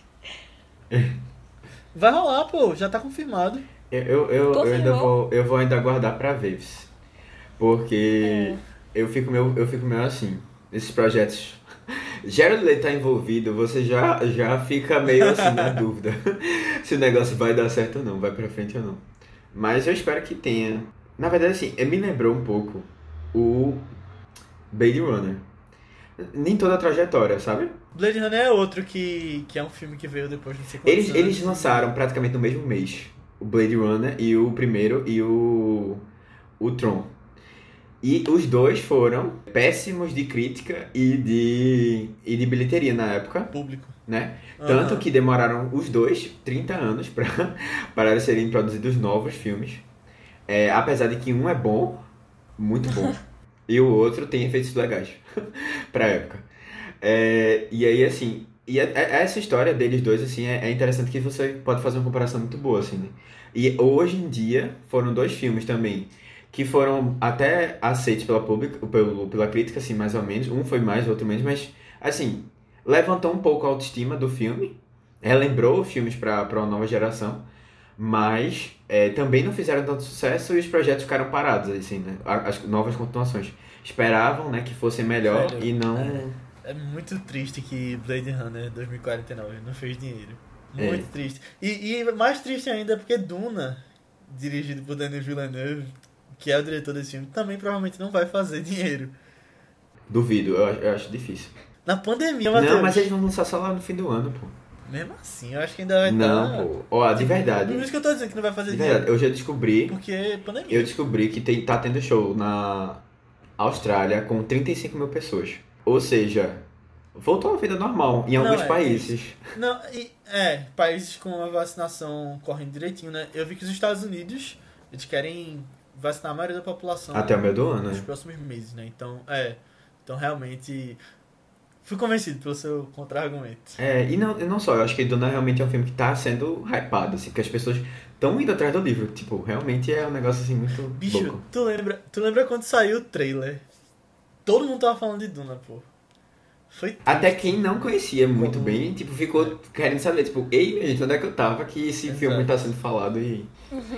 A: Vai rolar, pô. Já tá confirmado.
C: Eu ainda vou ainda aguardar pra ver. Porque eu fico meio assim. Esses projetos... Jared Leto tá envolvido, você já fica meio assim na dúvida. Se o negócio vai dar certo ou não, vai pra frente ou não. Mas eu espero que tenha. Na verdade, assim, me lembrou um pouco o Blade Runner. Nem toda a trajetória, sabe?
A: Blade Runner é outro que é um filme que veio depois de não sei quantos anos.
C: Eles lançaram praticamente no mesmo mês. O Blade Runner e o primeiro e o Tron. E os dois foram péssimos de crítica e de bilheteria na época.
A: Público.
C: Né? Tanto que demoraram os dois 30 anos para serem produzidos novos filmes. Apesar de que um é bom, muito bom, e o outro tem efeitos legais pra época. E aí, assim, essa história deles dois, assim, é interessante que você pode fazer uma comparação muito boa, assim, né? E hoje em dia, foram dois filmes também que foram até aceitos pela crítica, assim, mais ou menos. Um foi mais, o outro menos, mas, assim... levantou um pouco a autoestima do filme, relembrou filmes para uma nova geração, mas também não fizeram tanto sucesso e os projetos ficaram parados, assim, né? As novas continuações. Esperavam, né, que fossem melhor. Sério? E não...
A: É muito triste que Blade Runner 2049 não fez dinheiro. Muito triste. E mais triste ainda porque Duna, dirigido por Denis Villeneuve, que é o diretor desse filme, também provavelmente não vai fazer dinheiro.
C: Duvido, eu acho difícil.
A: Na pandemia, Matheus.
C: Não, mas eles vão lançar só lá no fim do ano, pô.
A: Mesmo assim, eu acho que ainda vai estar...
C: Não, pô. Ó, de verdade.
A: Por isso que eu tô dizendo que não vai fazer
C: de
A: dinheiro.
C: verdade, eu já descobri...
A: Porque pandemia.
C: Eu descobri que tá tendo show na Austrália com 35 mil pessoas. Ou seja, voltou à vida normal em alguns países.
A: Não, países com a vacinação correndo direitinho, né? Eu vi que os Estados Unidos, eles querem vacinar a maioria da população...
C: até o meio do ano,
A: nos próximos meses, né? Então, realmente... Fui convencido pelo seu contra-argumento.
C: E não só, eu acho que Duna realmente é um filme que tá sendo hypado, assim, porque as pessoas estão indo atrás do livro. Tipo, realmente é um negócio assim muito
A: Bicho,
C: louco.
A: Tu lembra quando saiu o trailer? Todo mundo tava falando de Duna, pô. Foi triste.
C: Até quem não conhecia muito bem, tipo, ficou querendo saber, tipo, ei, minha gente, onde é que eu tava que esse filme tá sendo falado e...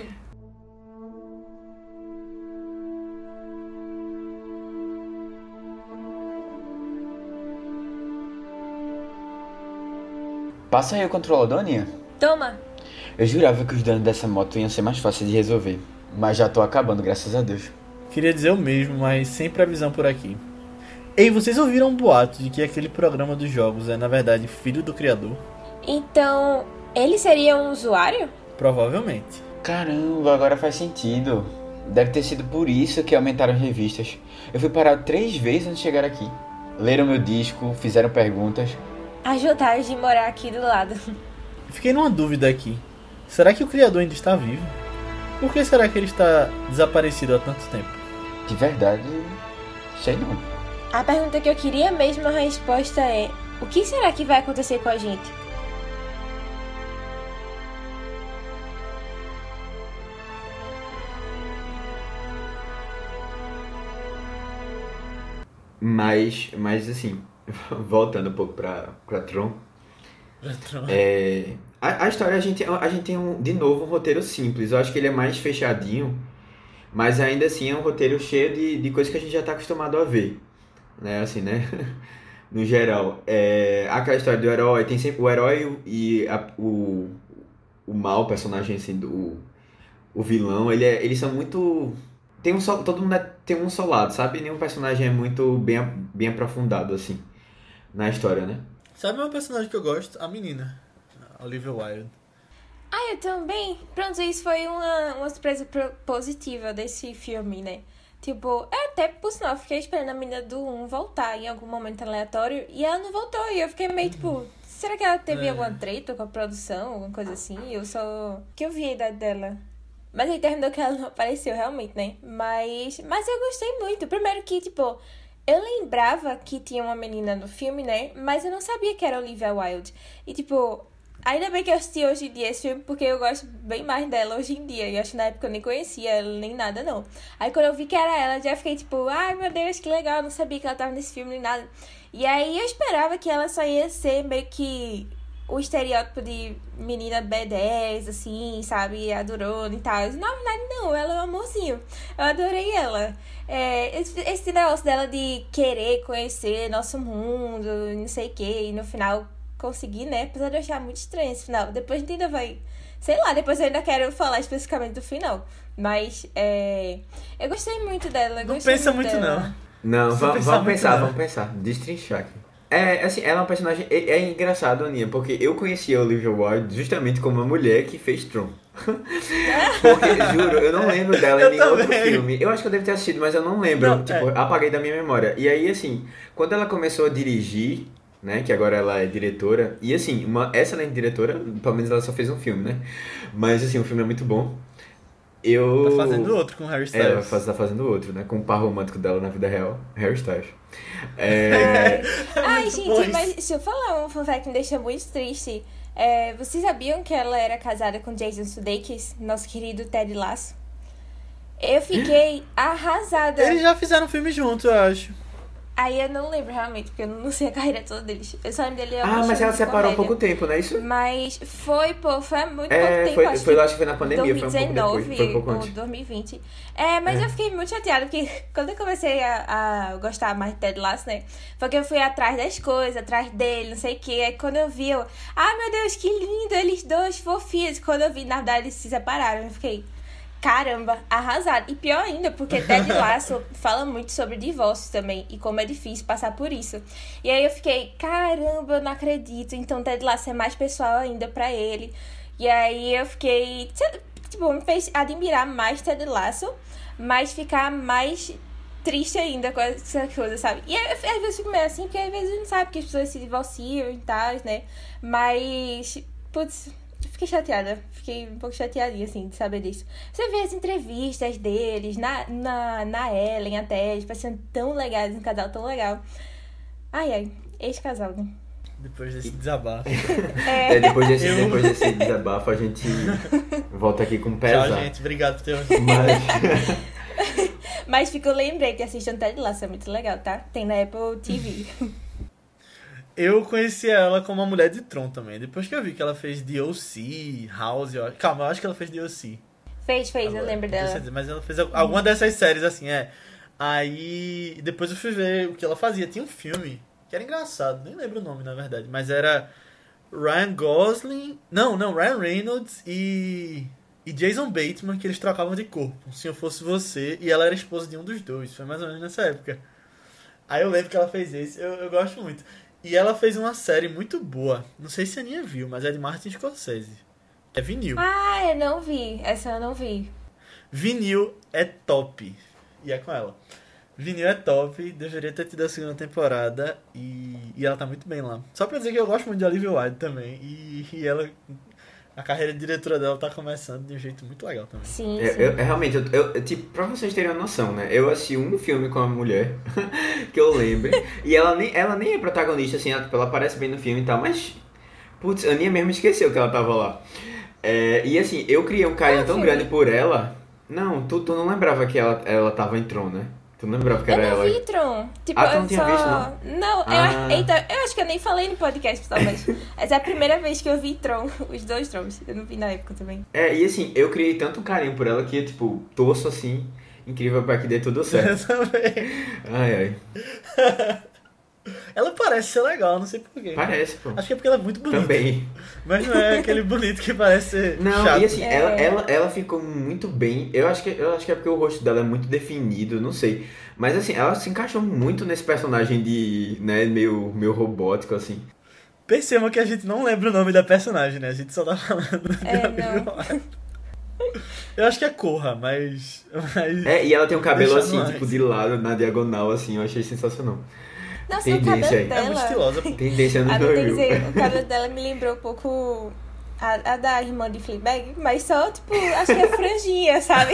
C: Passa aí o controlador, Aninha.
B: Toma!
C: Eu jurava que os danos dessa moto iam ser mais fáceis de resolver, mas já tô acabando, graças a Deus.
A: Queria dizer o mesmo, mas sem previsão por aqui. Ei, vocês ouviram um boato de que aquele programa dos jogos é, na verdade, filho do criador?
B: Então, ele seria um usuário?
A: Provavelmente.
C: Caramba, agora faz sentido. Deve ter sido por isso que aumentaram as revistas. Eu fui parado 3 vezes antes de chegar aqui. Leram meu disco, fizeram perguntas...
B: ajudaram de morar aqui do lado.
A: Fiquei numa dúvida aqui. Será que o criador ainda está vivo? Por que será que ele está desaparecido há tanto tempo?
C: De verdade, sei não.
B: A pergunta que eu queria mesmo a resposta é: o que será que vai acontecer com a gente?
C: Mas assim, voltando um pouco pra Tron. A história, a gente tem de novo um roteiro simples. Eu acho que ele é mais fechadinho, mas ainda assim é um roteiro cheio de coisas que a gente já tá acostumado a ver, né? Assim, né? No geral, aquela história do herói, tem sempre o herói e o mal, personagem assim, o vilão, eles são muito... todo mundo tem um só lado, sabe? Nenhum personagem é muito bem aprofundado, assim, na história, né?
A: Sabe uma personagem que eu gosto? A menina, a Olivia Wilde.
B: Ah, eu também. Pronto, isso foi uma surpresa positiva desse filme, né? Tipo, eu até, por sinal, fiquei esperando a menina do 1 voltar em algum momento aleatório e ela não voltou. E eu fiquei meio tipo, será que ela teve alguma treta com a produção, alguma coisa assim? Eu só. Que eu vi a idade dela. Mas aí terminou que ela não apareceu realmente, né? Mas eu gostei muito. Primeiro que, tipo, eu lembrava que tinha uma menina no filme, né? Mas eu não sabia que era Olivia Wilde. E, tipo, ainda bem que eu assisti hoje em dia esse filme, porque eu gosto bem mais dela hoje em dia. E acho que na época eu nem conhecia ela, nem nada, não. Aí quando eu vi que era ela, já fiquei tipo, ai meu Deus, que legal, eu não sabia que ela tava nesse filme nem nada. E aí eu esperava que ela só ia ser meio que o estereótipo de menina B10, assim, sabe? Adorona e tal. Na verdade, não, ela é um amorzinho. Eu adorei ela. Esse negócio dela de querer conhecer nosso mundo, não sei o quê, e no final conseguir, né? Apesar de eu achar muito estranho esse final. Depois a gente ainda vai... Sei lá, depois eu ainda quero falar especificamente do final. Mas, eu gostei muito dela.
A: Não pensa muito,
B: dela.
C: Não, vamos
A: muito,
C: pensar. Destrinchar aqui. Assim, ela é uma personagem... É engraçado, Aninha, porque eu conheci a Olivia Wilde justamente como uma mulher que fez Tron. Porque, juro, eu não lembro dela em nenhum outro filme. Eu acho que eu devo ter assistido, mas eu não lembro.
A: Não,
C: apaguei da minha memória. E aí, assim, quando ela começou a dirigir, né, que agora ela é diretora, e assim, uma excelente diretora, pelo menos ela só fez um filme, né? Mas, assim, o filme é muito bom.
A: Tá fazendo outro com Harry Styles.
C: Tá fazendo outro, né? Com o par romântico dela na vida real, Harry Styles.
B: Ai, gente, mas deixa eu falar um fun fact que me deixa muito triste. Vocês sabiam que ela era casada com Jason Sudeikis, nosso querido Ted Lasso? Eu fiquei arrasada.
A: Eles já fizeram um filme juntos, eu acho.
B: Aí eu não lembro realmente, porque eu não sei a carreira toda deles. Eu só lembro dele.
C: Mas ela separou há pouco tempo, não é isso?
B: Mas foi há muito pouco tempo.
C: Acho que foi na pandemia,
B: 2019,
C: foi um pouco antes.
B: Ou 2020. Mas eu fiquei muito chateada, porque quando eu comecei a gostar mais de Ted Lasso, né? Foi que eu fui atrás das coisas, atrás dele, não sei o quê. Aí quando eu vi, meu Deus, que lindo, eles dois fofinhos. Quando eu vi, na verdade, eles se separaram. Eu fiquei... Caramba, arrasado. E pior ainda, porque Ted Lasso fala muito sobre divórcio também. E como é difícil passar por isso. E aí eu fiquei, caramba, eu não acredito. Então Ted Lasso é mais pessoal ainda pra ele. E aí eu fiquei... Tipo, me fez admirar mais Ted Lasso. Mas ficar mais triste ainda com essa coisa, sabe? E às vezes eu fico meio assim, porque às vezes a gente sabe que as pessoas se divorciam e tal, né? Mas, putz... Fiquei chateada, fiquei um pouco chateadinha, assim, de saber disso. Você vê as entrevistas deles, na Ellen até, eles parecendo tão legais, um casal tão legal. Ai, ex-casal, né?
A: Depois desse desabafo.
C: Depois desse desabafo, a gente volta aqui com pesar.
A: Tchau, gente, obrigado por ter ouvido.
B: Mas fica o lembrete, assistam Ted Lasso, é muito legal, tá? Tem na Apple TV.
A: Eu conheci ela como uma mulher de Tron também. Depois que eu vi que ela fez D.O.C., House... Calma, eu acho que ela fez D.O.C.
B: Fez, eu lembro dela.
A: Mas ela fez alguma dessas séries, assim, Aí, depois eu fui ver o que ela fazia. Tinha um filme que era engraçado. Nem lembro o nome, na verdade. Mas era Ryan Gosling... Não, Ryan Reynolds e Jason Bateman, que eles trocavam de corpo. Se eu fosse você. E ela era esposa de um dos dois. Foi mais ou menos nessa época. Aí eu lembro que ela fez esse. Eu gosto muito. E ela fez uma série muito boa. Não sei se a Aninha viu, mas é de Martin Scorsese. É Vinil.
B: Eu não vi. Essa eu não vi.
A: Vinil é top. E é com ela. Vinil é top. Deveria ter tido a segunda temporada. E ela tá muito bem lá. Só pra dizer que eu gosto muito de Olivia Wilde também. E ela... A carreira de diretora dela tá começando de um jeito muito legal também.
B: Sim.
C: Realmente, tipo, pra vocês terem uma noção, né? Eu assisti um filme com uma mulher, que eu lembro, e ela nem é protagonista, assim, ela aparece bem no filme e tal, mas, putz, a Aninha mesmo esqueceu que ela tava lá. E assim, eu criei um carinho tão grande por ela. Não, tu não lembrava que ela tava em Tron, né? Tu não lembrava que era ela?
B: Eu não vi Tron. Tipo,
C: tu não tinha visto, não?
B: Não, eu acho que eu nem falei no podcast, pessoal, mas essa é a primeira vez que eu vi Tron, os dois Trons. Eu não vi na época também.
C: E assim, eu criei tanto carinho por ela que, tipo, torço assim, incrível pra que dê tudo certo.
A: Eu também.
C: Ai.
A: Ela parece ser legal, não sei porquê.
C: Parece, pô.
A: Acho que é porque ela é muito bonita.
C: Também.
A: Mas não é aquele bonito que parece ser chato.
C: E assim, ela ficou muito bem. Eu acho que é porque o rosto dela é muito definido, não sei. Mas assim, ela se encaixou muito nesse personagem de, né, meio robótico, assim.
A: Percebam que a gente não lembra o nome da personagem, né? A gente só tá falando
B: não.
A: Eu acho que é Korra, mas...
C: E ela tem um cabelo
A: Deixa
C: assim,
A: no ar.
C: tipo, de lado, na diagonal, assim, eu achei sensacional.
B: Nossa, o
C: Tendência
B: cabelo
C: aí.
A: É muito
B: dela...
A: estilosa, pô.
C: Tendência nos
B: Ah, não tem que
C: 2000.
B: dizer, o cabelo dela me lembrou um pouco a da irmã de Fleabag, mas só, tipo, acho que é franjinha, sabe?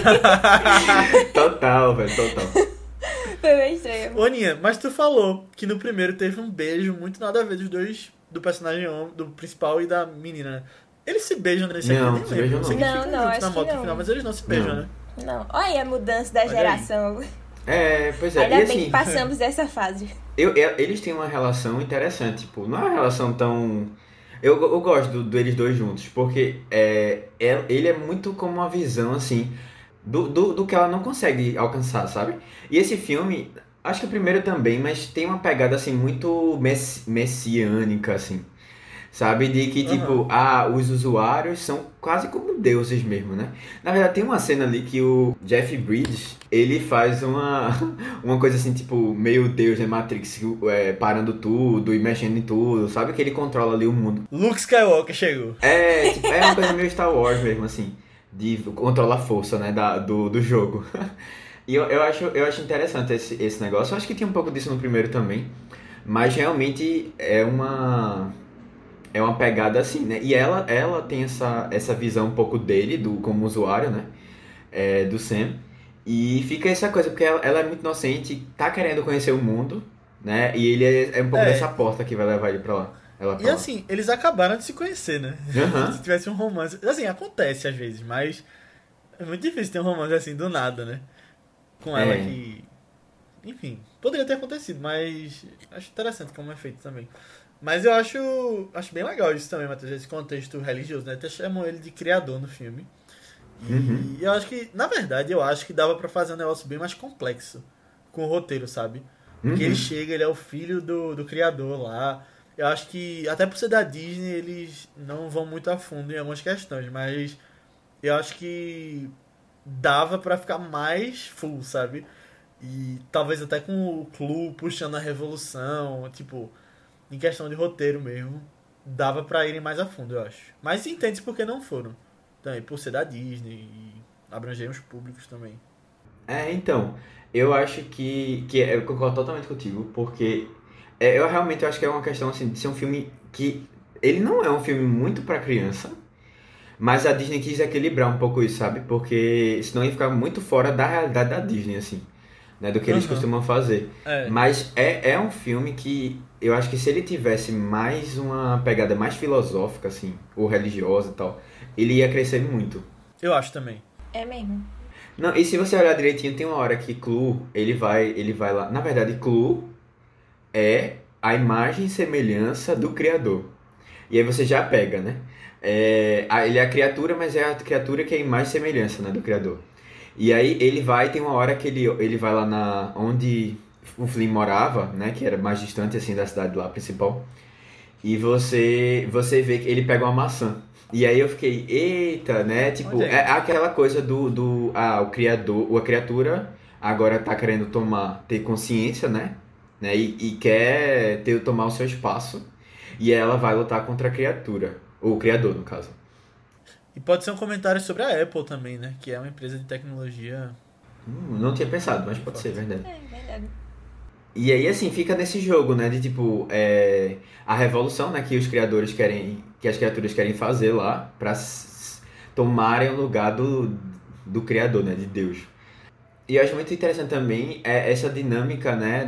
C: Total, velho, total.
B: Foi meio estranho.
A: Ô, Aninha, mas tu falou que no primeiro teve um beijo muito nada a ver dos dois, do personagem do principal e da menina, né? Eles se beijam nesse aqui, eu
C: Não,
A: nem
C: se
A: lembro.
C: beijam
A: Eu sei que
B: não.
A: ficam
B: Não,
A: juntos
B: acho
A: na
B: que
A: moto no
B: não.
A: final, mas eles não se beijam,
C: Não.
A: né?
B: Não, olha aí a mudança da
A: Olha aí.
B: geração.
C: Pois é,
B: Ainda
C: e
B: bem que
C: assim,
B: passamos dessa fase.
C: eles têm uma relação interessante, tipo, não é uma relação tão... Eu gosto deles dois juntos, porque ele é muito como uma visão, assim, do que ela não consegue alcançar, sabe? E esse filme, acho que o primeiro também, mas tem uma pegada, assim, muito messiânica, assim, sabe? De que, tipo, os usuários são quase como deuses mesmo, né? Na verdade, tem uma cena ali que o Jeff Bridges, ele faz uma coisa assim, tipo, meio Deus, né? Matrix, parando tudo e mexendo em tudo, sabe? Que ele controla ali o mundo.
A: Luke Skywalker chegou.
C: Tipo, é uma coisa meio Star Wars mesmo, assim, de controlar a força, né? Do jogo. E eu acho interessante esse negócio. Eu acho que tinha um pouco disso no primeiro também, mas realmente é uma pegada assim, né? E ela tem essa visão um pouco dele, como usuário, né? Do Sam. E fica essa coisa, porque ela é muito inocente, tá querendo conhecer o mundo, né? E ele é um pouco dessa porta que vai levar ele pra lá. Ela pra
A: E
C: lá.
A: assim, eles acabaram de se conhecer, né?
C: Aham.
A: Se tivesse um romance... Assim, acontece às vezes, mas é muito difícil ter um romance assim do nada, né? Com ela que... Enfim, poderia ter acontecido, mas acho interessante como é feito também. Mas eu acho bem legal isso também, Matheus, esse contexto religioso, né? Até chamam ele de criador no filme. E eu acho que, na verdade, dava pra fazer um negócio bem mais complexo com o roteiro, sabe? Porque ele chega, ele é o filho do criador lá. Eu acho que, até por ser da Disney, eles não vão muito a fundo em algumas questões, mas eu acho que dava pra ficar mais full, sabe? E talvez até com o Clu puxando a revolução, tipo, em questão de roteiro mesmo, dava pra irem mais a fundo, eu acho. Mas entende-se porque não foram. Também, por ser da Disney e abranger os públicos também.
C: Então, eu acho que eu concordo totalmente contigo, porque eu realmente acho que é uma questão assim, de ser um filme que ele não é um filme muito pra criança, mas a Disney quis equilibrar um pouco isso, sabe? Porque senão ia ficar muito fora da realidade da Disney, assim, né? Do que eles costumam fazer. Mas é um filme que eu acho que se ele tivesse mais uma pegada mais filosófica, assim, ou religiosa e tal, ele ia crescer muito.
A: Eu acho também.
B: É mesmo.
C: Não, e se você olhar direitinho, tem uma hora que Clu, ele vai lá. Na verdade, Clu é a imagem e semelhança do Criador. E aí você já pega, né? Ele é a criatura, mas é a criatura que é a imagem e semelhança, né, do Criador. E aí tem uma hora que ele vai lá onde o Flynn morava, né, que era mais distante assim da cidade lá principal. E você vê que ele pega uma maçã. E aí eu fiquei, eita, né? Tipo, é aquela coisa o criador, a criatura agora tá querendo ter consciência, né? E quer tomar o seu espaço. E ela vai lutar contra a criatura. Ou o criador, no caso.
A: E pode ser um comentário sobre a Apple também, né? Que é uma empresa de tecnologia.
C: Não tinha pensado, mas pode ser, verdade.
B: É verdade.
C: E aí, assim, fica nesse jogo, né? De tipo, a revolução, né? Que os criadores querem, que as criaturas querem fazer lá pra tomarem o lugar do criador, né? De Deus. E eu acho muito interessante também essa dinâmica, né?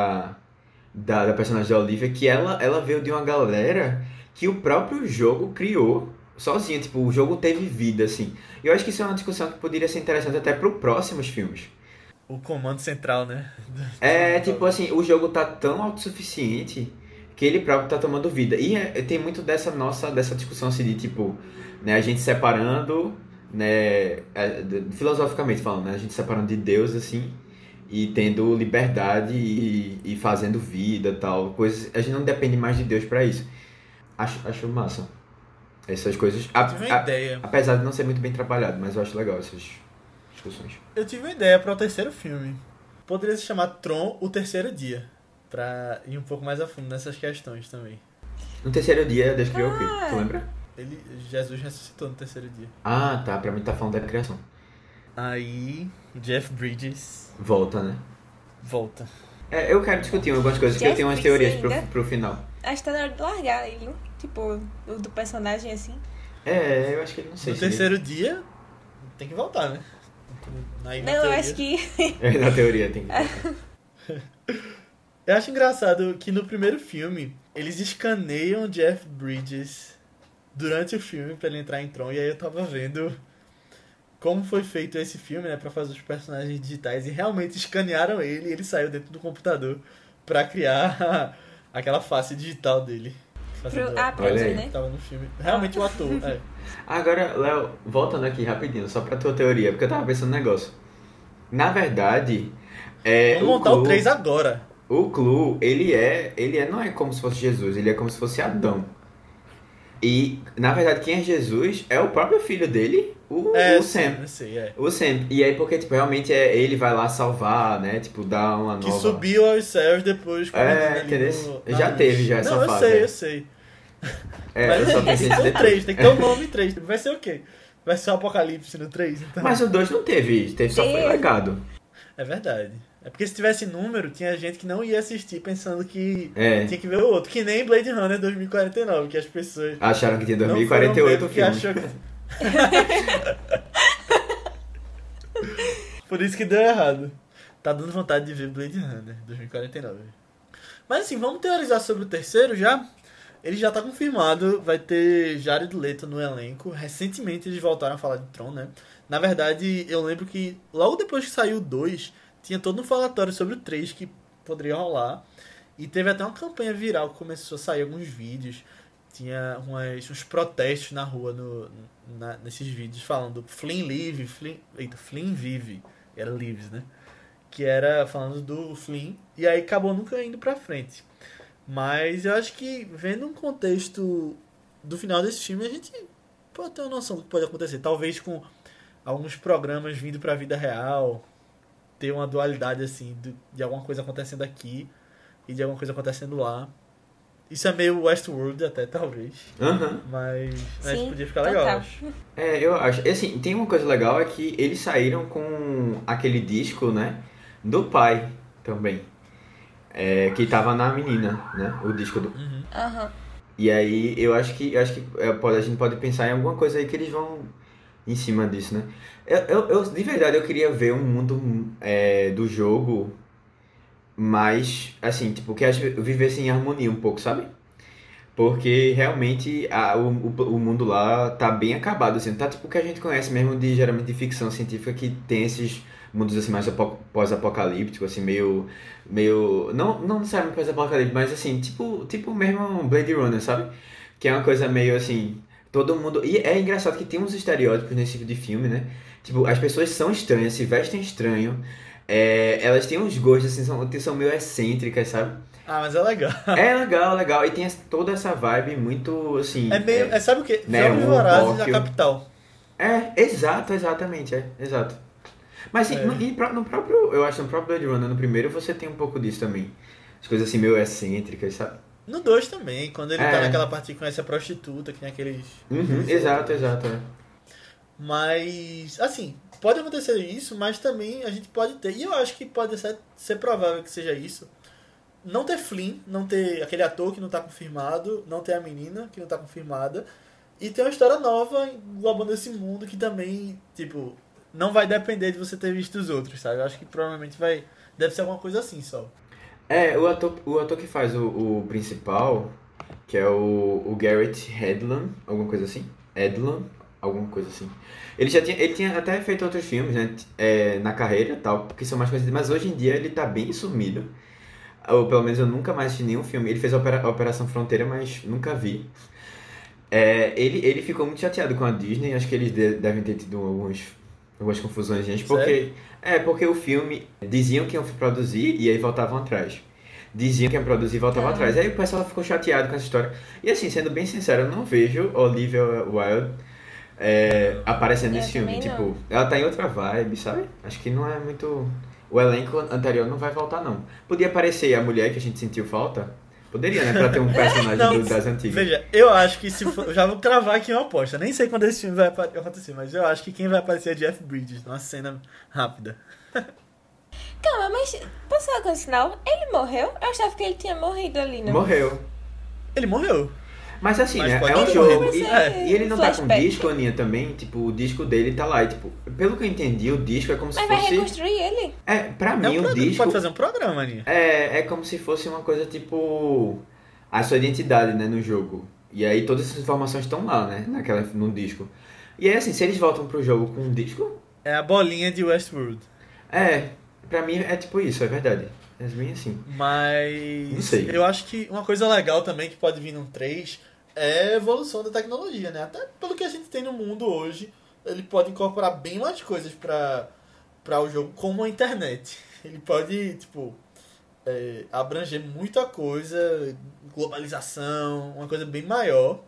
C: Da personagem da Olivia, que ela veio de uma galera que o próprio jogo criou sozinha. Tipo, o jogo teve vida, assim. E eu acho que isso é uma discussão que poderia ser interessante até para os próximos filmes.
A: O comando central, né?
C: Tipo assim, o jogo tá tão autossuficiente que ele próprio tá tomando vida. E tem muito dessa discussão assim de tipo, né, a gente separando, né, filosoficamente falando, né, a gente separando de Deus assim e tendo liberdade e fazendo vida e tal, coisas, a gente não depende mais de Deus pra isso. Acho massa. Essas coisas,
A: Eu tive uma ideia.
C: apesar de não ser muito bem trabalhado, mas eu acho legal essas discussões.
A: Eu tive uma ideia para o terceiro filme. Poderia se chamar Tron, o Terceiro Dia. Pra ir um pouco mais a fundo nessas questões também.
C: No terceiro dia, Deus criou o quê? Tu lembra?
A: Jesus ressuscitou no terceiro dia.
C: Ah, tá. Pra mim tá falando da criação.
A: Aí, Jeff Bridges
C: Volta, né?
A: volta.
C: Eu quero discutir algumas coisas, porque eu tenho umas
B: Jeff
C: teorias
B: Bridges
C: pro final.
B: Acho que tá na hora de largar ele, tipo, o do personagem assim.
C: Eu acho que ele não sei
A: No
C: se ele-
A: terceiro dia, tem que voltar, né? Aí, na
B: Não, eu
A: teoria.
B: acho que.
C: Na teoria tem que...
A: Eu acho engraçado que no primeiro filme, eles escaneiam Jeff Bridges durante o filme pra ele entrar em Tron. E aí eu tava vendo como foi feito esse filme, né? Pra fazer os personagens digitais. E realmente escanearam ele e ele saiu dentro do computador pra criar aquela face digital dele. Fazendo-
B: Pro
C: Olha aí.
B: né?
A: Tava no filme. Realmente o ator. É.
C: Agora, Léo, voltando aqui rapidinho, só pra tua teoria, porque eu tava pensando no negócio. Na verdade,
A: Vamos montar o 3 agora.
C: O Clu, não é como se fosse Jesus, ele é como se fosse Adão. E, na verdade, quem é Jesus é o próprio filho dele, o Sam.
A: Eu sei, é.
C: O Sam. E aí, porque, tipo, realmente ele vai lá salvar, né? Tipo, dar uma nova...
A: Que subiu aos céus depois com a menina ali
C: entendeu?
A: na
C: Já
A: luz.
C: teve já essa
A: Não,
C: fase.
A: eu sei. Mas
C: eu só
A: assim,
C: pensei
A: tem que
C: nisso
A: ter o
C: depois.
A: 3, tem que ter o nome 3. Vai ser o quê? Vai ser o Apocalipse no 3? Então...
C: Mas o 2 não teve, só foi legado.
A: É verdade. É porque se tivesse número, tinha gente que não ia assistir pensando que
C: É.
A: tinha que ver o outro. Que nem Blade Runner 2049, que as pessoas
C: Acharam que tinha
A: não
C: 2048
A: foram
C: o
A: ver porque
C: filme.
A: achou que... Por isso que deu errado. Tá dando vontade de ver Blade Runner 2049. Mas assim, vamos teorizar sobre o terceiro já. Ele já tá confirmado, vai ter Jared Leto no elenco. Recentemente eles voltaram a falar de Tron, né? Na verdade, eu lembro que logo depois que saiu o 2, tinha todo um falatório sobre o 3 que poderia rolar. E teve até uma campanha viral que começou a sair alguns vídeos. Tinha uns protestos na rua nesses vídeos falando Flynn live, Flynn vive. Era Lives, né? Que era falando do Flynn. E aí acabou nunca indo pra frente. Mas eu acho que, vendo um contexto do final desse filme, a gente pode ter uma noção do que pode acontecer. Talvez com alguns programas vindo pra vida real, ter uma dualidade, assim, de alguma coisa acontecendo aqui e de alguma coisa acontecendo lá. Isso é meio Westworld até, talvez.
C: Aham.
A: Mas
B: Sim,
A: podia ficar legal, eu
B: total.
A: acho.
C: Eu acho. E assim, tem uma coisa legal é que eles saíram com aquele disco, né? Do pai também. Que tava na menina, né? O disco do.
B: Aham.
C: E aí eu acho que a gente pode pensar em alguma coisa aí que eles vão em cima disso, né? De verdade, eu queria ver um mundo do jogo mais, assim, tipo, que vivesse em harmonia um pouco, sabe? Porque realmente o mundo lá tá bem acabado, assim, tá tipo o que a gente conhece mesmo geralmente de ficção científica, que tem esses mundos assim mais pós-apocalípticos, assim, meio não necessariamente pós-apocalíptico, mas assim, tipo mesmo Blade Runner, sabe? Que é uma coisa meio assim, todo mundo... E é engraçado que tem uns estereótipos nesse tipo de filme, né? Tipo, as pessoas são estranhas, se vestem estranho, elas têm uns gostos, assim, são meio excêntricas, sabe?
A: Ah, mas é legal.
C: É legal. E tem toda essa vibe muito, assim...
A: É meio... sabe o quê?
C: Neon,
A: Jogos Vorazes da
C: Tóquio.
A: capital.
C: Exatamente, exato. Mas assim, no próprio, eu acho, no próprio Blade Runner, no primeiro, você tem um pouco disso também. As coisas assim, meio excêntricas, sabe?
A: No 2 também, quando ele tá
C: É.
A: naquela parte que conhece a prostituta, que tem aqueles...
C: Exato.
A: Mas, assim, pode acontecer isso, mas também a gente pode ter, e eu acho que pode ser provável que seja isso, não ter Flynn, não ter aquele ator que não tá confirmado, não ter a menina que não tá confirmada, e ter uma história nova englobando esse mundo que também, tipo, não vai depender de você ter visto os outros, sabe? Eu acho que provavelmente deve ser alguma coisa assim só.
C: O ator que faz o principal, que é o Garrett Hedlund, alguma coisa assim. Alguma coisa assim. Ele tinha até feito outros filmes, né, na carreira e tal, que são mais coisas, mas hoje em dia ele tá bem sumido. Ou pelo menos eu nunca mais assisti nenhum filme. Ele fez a Operação Fronteira, mas nunca vi. Ele ficou muito chateado com a Disney, acho que eles devem ter tido algumas confusões, gente, porque o filme diziam que iam produzir e aí voltavam atrás. Diziam que iam produzir e voltavam atrás. Aí o pessoal ficou chateado com essa história. E assim, sendo bem sincero, eu não vejo Olivia Wilde aparecendo nesse filme.
B: também
C: Tipo,
B: não.
C: ela tá em outra vibe, sabe? Acho que não é muito... O elenco anterior não vai voltar, não. Podia aparecer a mulher que a gente sentiu falta, Poderia, né? Pra ter um personagem
A: Não,
C: das antigas.
A: veja, eu acho que se for, eu já vou cravar aqui uma aposta. Nem sei quando esse filme vai acontecer, mas eu acho que quem vai aparecer é Jeff Bridges, numa cena rápida.
B: Calma, mas posso falar com isso não? Ele morreu? Eu achava que ele tinha morrido ali, não?
C: Morreu.
A: Ele morreu.
C: Mas assim,
A: Mas
C: né?
A: pode
C: É um
A: ter
C: jogo.
A: morrido,
C: E ele não tá com
B: flashback.
C: disco, Aninha, também. Tipo, o disco dele tá lá. E, tipo, pelo que eu entendi, o disco é como se
B: Mas vai
C: fosse...
B: reconstruir ele?
C: Pra
A: É
C: mim,
A: um
C: o
A: programa,
C: disco...
A: pode fazer um programa, Aninha.
C: É como se fosse uma coisa tipo a sua identidade, né, no jogo. E aí todas essas informações estão lá, né, no disco. E aí assim, se eles voltam pro jogo com um disco,
A: É a bolinha de Westworld.
C: pra mim é tipo isso, é verdade. É bem assim.
A: Mas
C: Não sei.
A: eu acho que uma coisa legal também que pode vir num 3 é a evolução da tecnologia, né? Até pelo que a gente tem no mundo hoje, ele pode incorporar bem mais coisas para o jogo, como a internet. Ele pode, tipo, abranger muita coisa, globalização, uma coisa bem maior,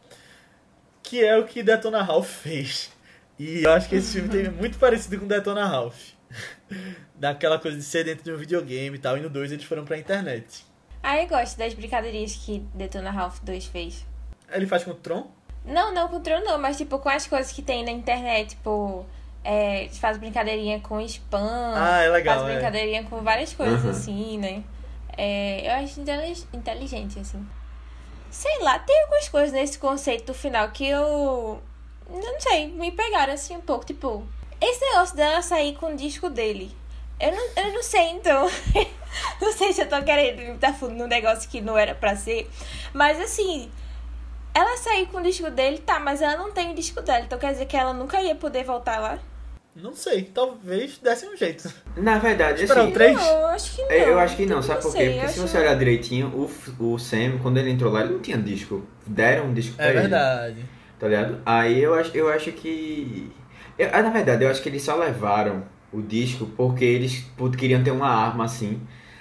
A: que é o que Detona Ralph fez. E eu acho que esse filme tem muito parecido com Detona Ralph. Daquela coisa de ser dentro de um videogame e tal, e no 2 eles foram pra internet.
B: Ah, eu gosto das brincadeirinhas que Detona Ralph 2 fez.
A: Ele faz com o Tron?
B: Não com o Tron não, mas tipo, com as coisas que tem na internet, tipo, faz brincadeirinha com spam,
A: Ah, é legal,
B: faz brincadeirinha com várias coisas assim, né? Eu acho inteligente, assim. Sei lá, tem algumas coisas nesse conceito do final que eu não sei, me pegaram assim um pouco, tipo, esse negócio dela sair com o disco dele. Eu não sei, então. Não sei se eu tô querendo estar fundo num negócio que não era pra ser. Mas assim, ela sair com o disco dele, tá, mas ela não tem o disco dela. Então quer dizer que ela nunca ia poder voltar lá?
A: Não sei, talvez desse um jeito.
C: Na verdade,
A: Espera,
C: assim,
A: o 3?
B: Não, eu acho que não.
C: eu acho que não, sabe
B: Não
C: por quê?
B: sei,
C: Porque
B: eu
C: se
B: acho-
C: você olhar direitinho, o Sam, quando ele entrou lá, ele não tinha disco. Deram um disco pra
A: É
C: ele.
A: verdade.
C: Tá ligado? Aí eu acho que... na verdade, eu acho que eles só levaram o disco porque eles queriam ter uma arma, assim,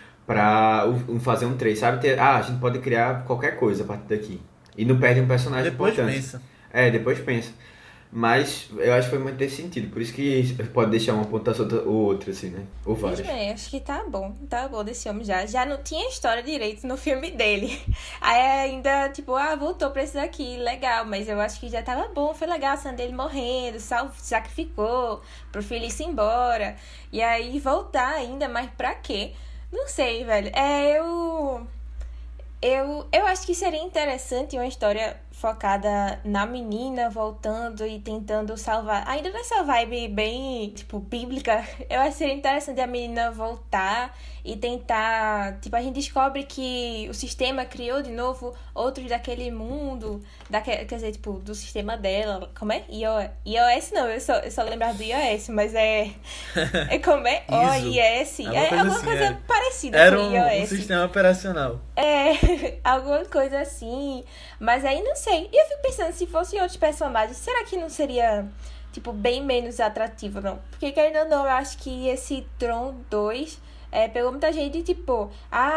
C: pra fazer um 3, sabe? A gente pode criar qualquer coisa a partir daqui. E não perde um personagem
A: Depois
C: importante.
A: pensa.
C: Depois pensa. Mas eu acho que foi muito desse sentido. Por isso que pode deixar uma ponta solta ou outra, assim, né? Ou várias.
B: Veja bem, acho que tá bom desse homem já. Já não tinha história direito no filme dele. Aí ainda, tipo, voltou pra esse daqui, legal. Mas eu acho que já tava bom, foi legal a cena dele morrendo, sacrificou pro filho ir embora. E aí voltar ainda, mas pra quê? Não sei, velho. Eu acho que seria interessante uma história focada na menina voltando e tentando salvar. Ainda nessa vibe bem, tipo, bíblica, eu acho que seria interessante a menina voltar e tentar... Tipo, a gente descobre que o sistema criou de novo outros daquele mundo, quer dizer, tipo, do sistema dela. Como é? iOS não, eu só lembrava do iOS, mas como é? OIS. Alguma coisa parecida
A: Era
B: com
A: um
B: iOS.
A: sistema operacional.
B: Alguma coisa assim. Mas aí não sei. E eu fico pensando, se fossem outros personagens, será que não seria, tipo, bem menos atrativo, não? Porque, querendo ou não, eu acho que esse Tron 2 pegou muita gente e, tipo,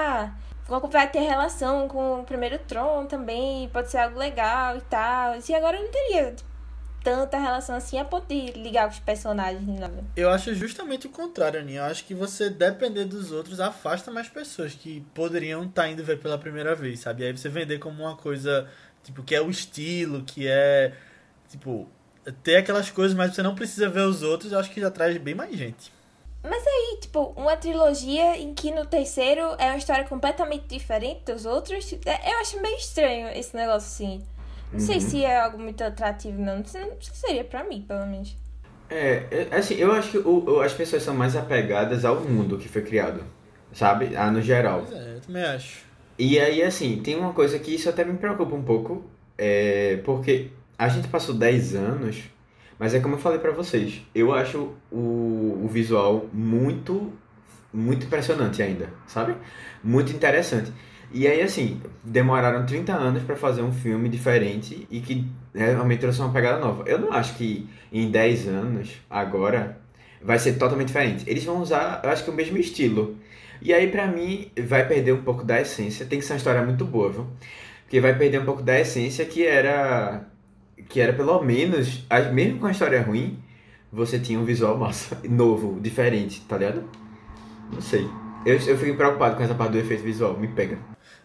B: vai ter relação com o primeiro Tron também, pode ser algo legal e tal. E agora não teria, tipo, tanta relação assim a ponto de ligar com os personagens nem nada.
A: Eu acho justamente o contrário, Aninha. Eu acho que você depender dos outros afasta mais pessoas que poderiam estar indo ver pela primeira vez, sabe? E aí você vender como uma coisa, tipo, que é o estilo, que é, tipo, ter aquelas coisas, mas você não precisa ver os outros, eu acho que já traz bem mais gente.
B: Mas aí, tipo, uma trilogia em que no terceiro é uma história completamente diferente dos outros, eu acho meio estranho esse negócio assim. Não sei se é algo muito atrativo, não. Não sei se seria pra mim, pelo menos.
C: Assim, eu acho que as pessoas são mais apegadas ao mundo que foi criado, sabe? No geral.
A: Pois é, eu também acho.
C: E aí, assim, tem uma coisa que isso até me preocupa um pouco, porque a gente passou 10 anos, mas é como eu falei pra vocês, eu acho o visual muito, muito impressionante ainda, sabe? Muito interessante. E aí, assim, demoraram 30 anos pra fazer um filme diferente e que realmente trouxe uma pegada nova. Eu não acho que em 10 anos, agora, vai ser totalmente diferente. Eles vão usar, eu acho que o mesmo estilo. E aí, pra mim, vai perder um pouco da essência. Tem que ser uma história muito boa, viu? Porque vai perder um pouco da essência que era pelo menos, mesmo com a história ruim, você tinha um visual massa, novo, diferente, tá ligado? Não sei. Eu fico preocupado com essa parte do efeito visual, me pega.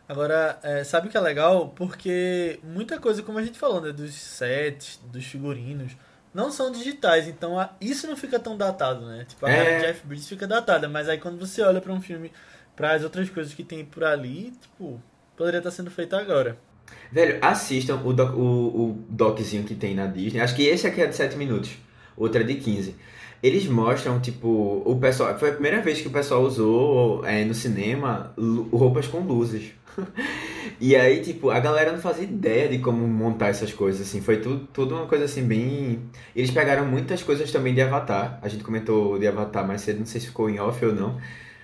A: Agora, sabe o que é legal? Porque muita coisa, como a gente falou, né? Dos sets, dos figurinos, não são digitais. Então, isso não fica tão datado, né? Tipo, a cara de Jeff Bridges fica datada. Mas aí, quando você olha pra um filme, para as outras coisas que tem por ali, tipo, poderia estar sendo feito agora.
C: Velho, assistam o doczinho que tem na Disney. Acho que esse aqui é de 7 minutos. Outro é de 15. Eles mostram, tipo, o pessoal. Foi a primeira vez que o pessoal usou no cinema roupas com luzes. E aí, tipo, a galera não fazia ideia de como montar essas coisas, assim. Foi tudo uma coisa assim, bem. Eles pegaram muitas coisas também de Avatar. A gente comentou de Avatar mais cedo, não sei se ficou em off ou não.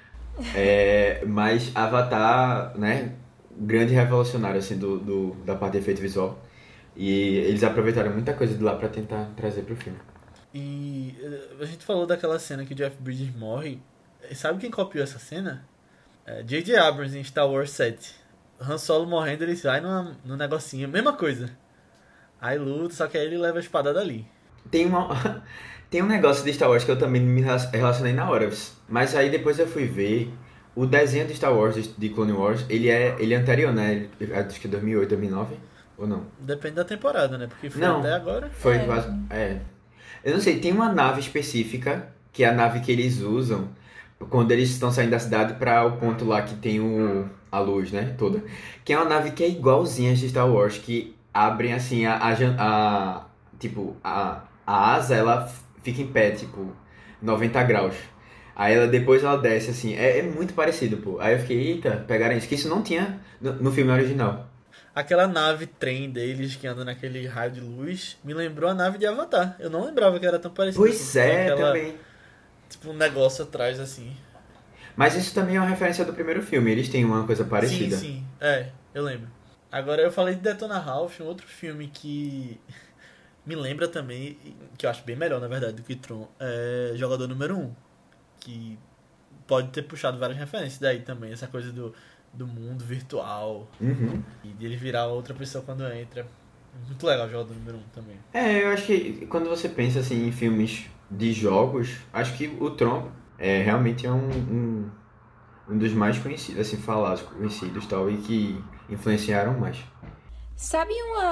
C: Mas Avatar, né? Grande revolucionário, assim, da parte de efeito visual. E eles aproveitaram muita coisa de lá pra tentar trazer pro filme.
A: E a gente falou daquela cena que o Jeff Bridges morre. Sabe quem copiou essa cena? J.J. Abrams em Star Wars 7. Han Solo morrendo, ele vai no negocinho, mesma coisa. Aí luta, só que aí ele leva a espada dali.
C: Tem um negócio de Star Wars que eu também me relacionei na hora. Mas aí depois eu fui ver. O desenho de Star Wars, de Clone Wars, ele é anterior, né? Acho que 2008, 2009, ou não?
A: Depende da temporada, né? Porque foi
C: não,
A: até agora.
C: Foi quase... Eu não sei, tem uma nave específica, que é a nave que eles usam quando eles estão saindo da cidade para o ponto lá que tem a luz, né? Toda. Que é uma nave que é igualzinha de Star Wars, que abrem assim tipo, a asa, ela fica em pé, tipo, 90 graus. Aí depois ela desce, assim, é muito parecido, pô. Aí eu fiquei, eita, pegaram isso, que isso não tinha no filme original.
A: Aquela nave trem deles que anda naquele raio de luz me lembrou a nave de Avatar. Eu não lembrava que era tão parecido.
C: Pois também.
A: Tipo, um negócio atrás, assim.
C: Mas isso também é uma referência do primeiro filme, eles têm uma coisa parecida.
A: Sim, eu lembro. Agora eu falei de Detona Ralph, um outro filme que me lembra também, que eu acho bem melhor, na verdade, do que Tron, é Jogador Número 1. Que pode ter puxado várias referências daí também, essa coisa do mundo virtual.
C: Uhum.
A: E de ele virar outra pessoa quando entra. Muito legal o Jogador Número 1 também.
C: Eu acho que quando você pensa assim em filmes de jogos, acho que o Tron realmente é um dos mais conhecidos, assim, falados, conhecidos tal, e que influenciaram mais.
B: Sabe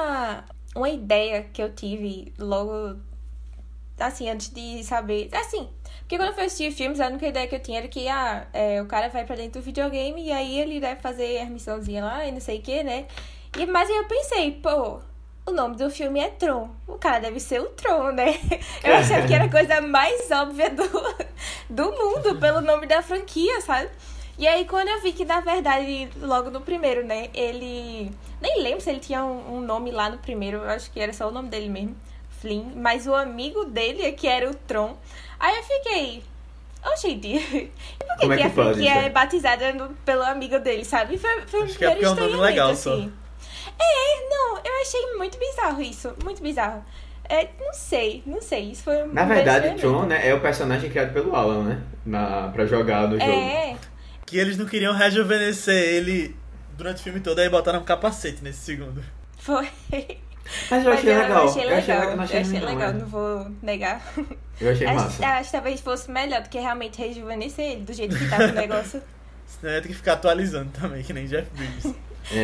B: uma ideia que eu tive logo, assim, antes de saber... Assim, porque quando eu fui assistir filmes, a única ideia que eu tinha era que o cara vai pra dentro do videogame e aí ele deve fazer a missãozinha lá e não sei o que, né? Mas aí eu pensei, pô... O nome do filme é Tron. O cara deve ser o Tron, né? Eu achava que era a coisa mais óbvia do mundo, pelo nome da franquia, sabe? E aí, quando eu vi que, na verdade, logo no primeiro, né? Ele... Nem lembro se ele tinha um nome lá no primeiro. Eu acho que era só o nome dele mesmo. Flynn. Mas o amigo dele é que era o Tron. Aí eu fiquei... Oh, gente, e por que a franquia é batizada pelo amigo dele, sabe? Foi um
A: acho que é porque é um nome legal,
B: assim. Só. Não, eu achei muito bizarro isso, muito bizarro. Não sei, isso foi...
C: Na verdade, Tron, né, é o personagem criado pelo Alan, né, pra jogar no jogo.
A: Que eles não queriam rejuvenescer ele durante o filme todo, aí botaram um capacete nesse segundo.
B: Foi.
C: Mas eu achei legal.
B: Eu achei legal, não vou negar.
C: Eu achei massa.
B: Acho que talvez fosse melhor do que realmente rejuvenescer ele, do jeito que tava o negócio.
A: Senão ia ter que ficar atualizando também, que nem Jeff Bridges.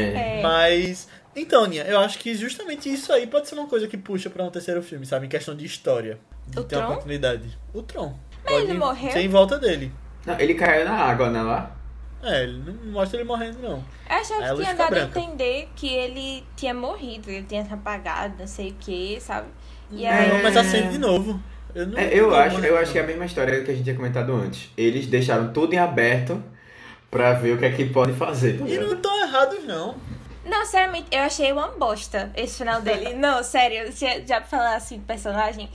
A: Mas... Então, Nia, eu acho que justamente isso aí pode ser uma coisa que puxa pra um terceiro filme, sabe? Em questão de história. De ter uma continuidade. O Tron.
B: Mas ele morreu?
A: Ser em volta dele.
C: Não, ele caiu na água, né, lá?
A: Ele não mostra ele morrendo, não.
B: Eu achava que tinha dado a entender que ele tinha morrido, ele tinha se apagado, não sei o que, sabe? E aí...
A: mas acende de novo.
C: Eu acho que é a mesma história que a gente tinha comentado antes. Eles deixaram tudo em aberto pra ver o que é que pode fazer. Tá,
A: e não estão errados, não.
B: Não, seriamente, eu achei uma bosta esse final dele. Não, sério, já pra falar assim do personagem.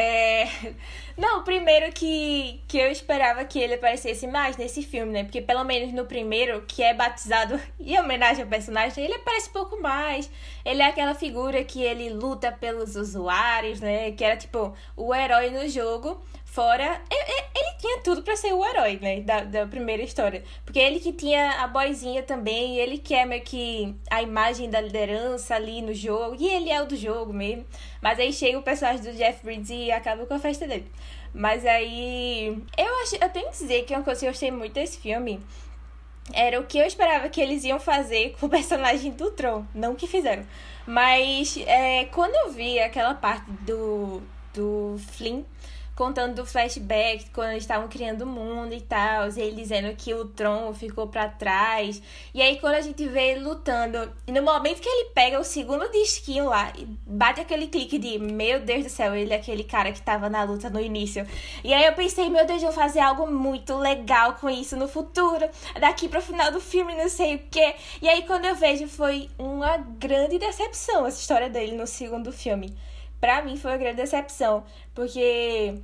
B: Não, primeiro que eu esperava que ele aparecesse mais nesse filme, né? Porque pelo menos no primeiro, que é batizado em homenagem ao personagem, ele aparece um pouco mais. Ele é aquela figura que ele luta pelos usuários, né? Que era tipo o herói no jogo. Fora, ele tinha tudo pra ser o herói, né, da primeira história. Porque ele que tinha a boizinha também, ele que é meio que a imagem da liderança ali no jogo, e ele é o do jogo mesmo. Mas aí chega o personagem do Jeff Bridges e acaba com a festa dele. Mas aí, eu tenho que dizer que uma coisa que eu gostei muito desse filme era o que eu esperava que eles iam fazer com o personagem do Tron. Não o que fizeram. Mas quando eu vi aquela parte do Flynn contando do flashback, quando eles estavam criando o mundo e tal, e ele dizendo que o Tron ficou pra trás. E aí quando a gente vê ele lutando, e no momento que ele pega o segundo disquinho lá, e bate aquele clique de, meu Deus do céu, ele é aquele cara que tava na luta no início. E aí eu pensei, meu Deus, eu vou fazer algo muito legal com isso no futuro, daqui pro final do filme, não sei o quê. E aí quando eu vejo, foi uma grande decepção essa história dele no segundo filme. Pra mim foi uma grande decepção, porque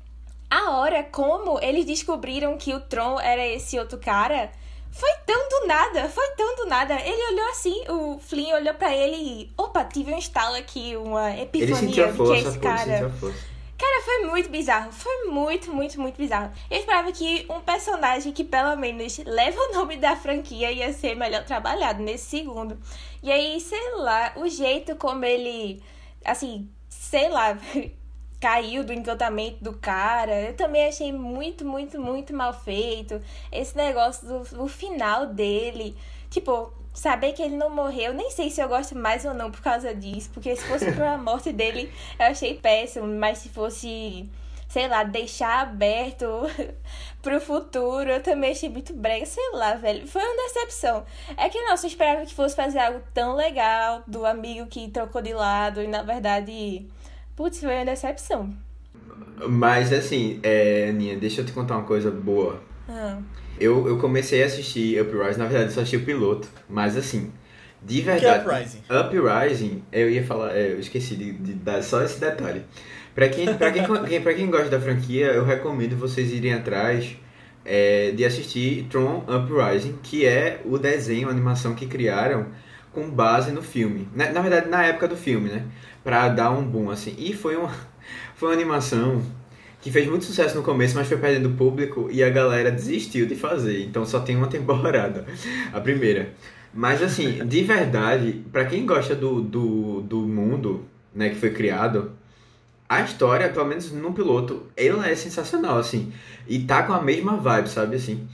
B: a hora como eles descobriram que o Tron era esse outro cara, foi tão do nada. Ele olhou assim, o Flynn olhou pra ele e, opa, tive um estalo aqui, uma epifania de que é esse cara. Cara, foi muito bizarro, foi muito, muito, muito bizarro. Eu esperava que um personagem que pelo menos leva o nome da franquia ia ser melhor trabalhado nesse segundo. E aí, sei lá, o jeito como ele, assim, sei lá, caiu do encantamento do cara. Eu também achei muito, muito, muito mal feito. Esse negócio do final dele. Tipo, saber que ele não morreu, nem sei se eu gosto mais ou não por causa disso. Porque se fosse pela morte dele, eu achei péssimo. Mas se fosse, sei lá, deixar aberto pro futuro, eu também achei muito brega. Sei lá, velho. Foi uma decepção. É que, nossa, eu esperava que fosse fazer algo tão legal do amigo que trocou de lado. E, na verdade, putz, foi uma decepção.
C: Mas, assim, Aninha, deixa eu te contar uma coisa boa. Eu comecei a assistir Uprising, na verdade, eu só assisti o piloto. Mas, assim, de verdade...
A: Que é
C: Uprising, eu ia falar... eu esqueci de dar só esse detalhe. Pra quem gosta da franquia, eu recomendo vocês irem atrás de assistir Tron Uprising, que é o desenho, a animação que criaram com base no filme. Na verdade, na época do filme, né? Pra dar um boom, assim. E foi uma animação que fez muito sucesso no começo, mas foi perdendo público e a galera desistiu de fazer. Então só tem uma temporada, a primeira. Mas, assim, de verdade, pra quem gosta do mundo, né, que foi criado... A história, pelo menos no piloto, ela é sensacional, assim. E tá com a mesma vibe, sabe, assim.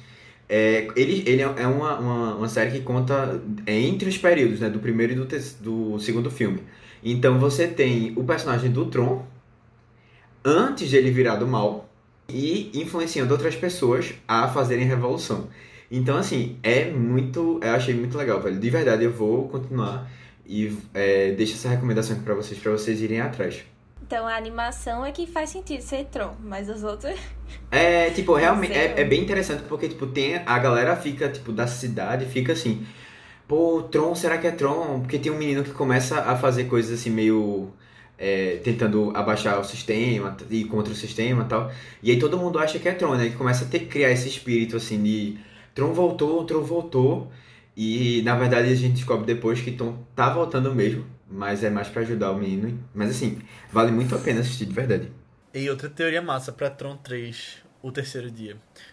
C: Ele é uma série que conta entre os períodos, né? Do primeiro e do segundo filme. Então você tem o personagem do Tron, antes de ele virar do mal, e influenciando outras pessoas a fazerem revolução. Então, assim, eu achei muito legal, velho. De verdade, eu vou continuar e deixo essa recomendação aqui pra vocês irem atrás.
B: Então a animação é que faz sentido ser Tron, mas os outros...
C: Tipo, realmente, é bem interessante porque, tipo, a galera fica, tipo, da cidade, fica assim, pô, Tron, será que é Tron? Porque tem um menino que começa a fazer coisas assim, meio... tentando abaixar o sistema, ir contra o sistema e tal. E aí todo mundo acha que é Tron, né? Que começa a criar esse espírito, assim, de Tron voltou. E, na verdade, a gente descobre depois que Tron tá voltando mesmo. Mas é mais pra ajudar o menino. Mas assim, vale muito a pena assistir de verdade.
A: E outra teoria massa pra Tron 3, o terceiro dia.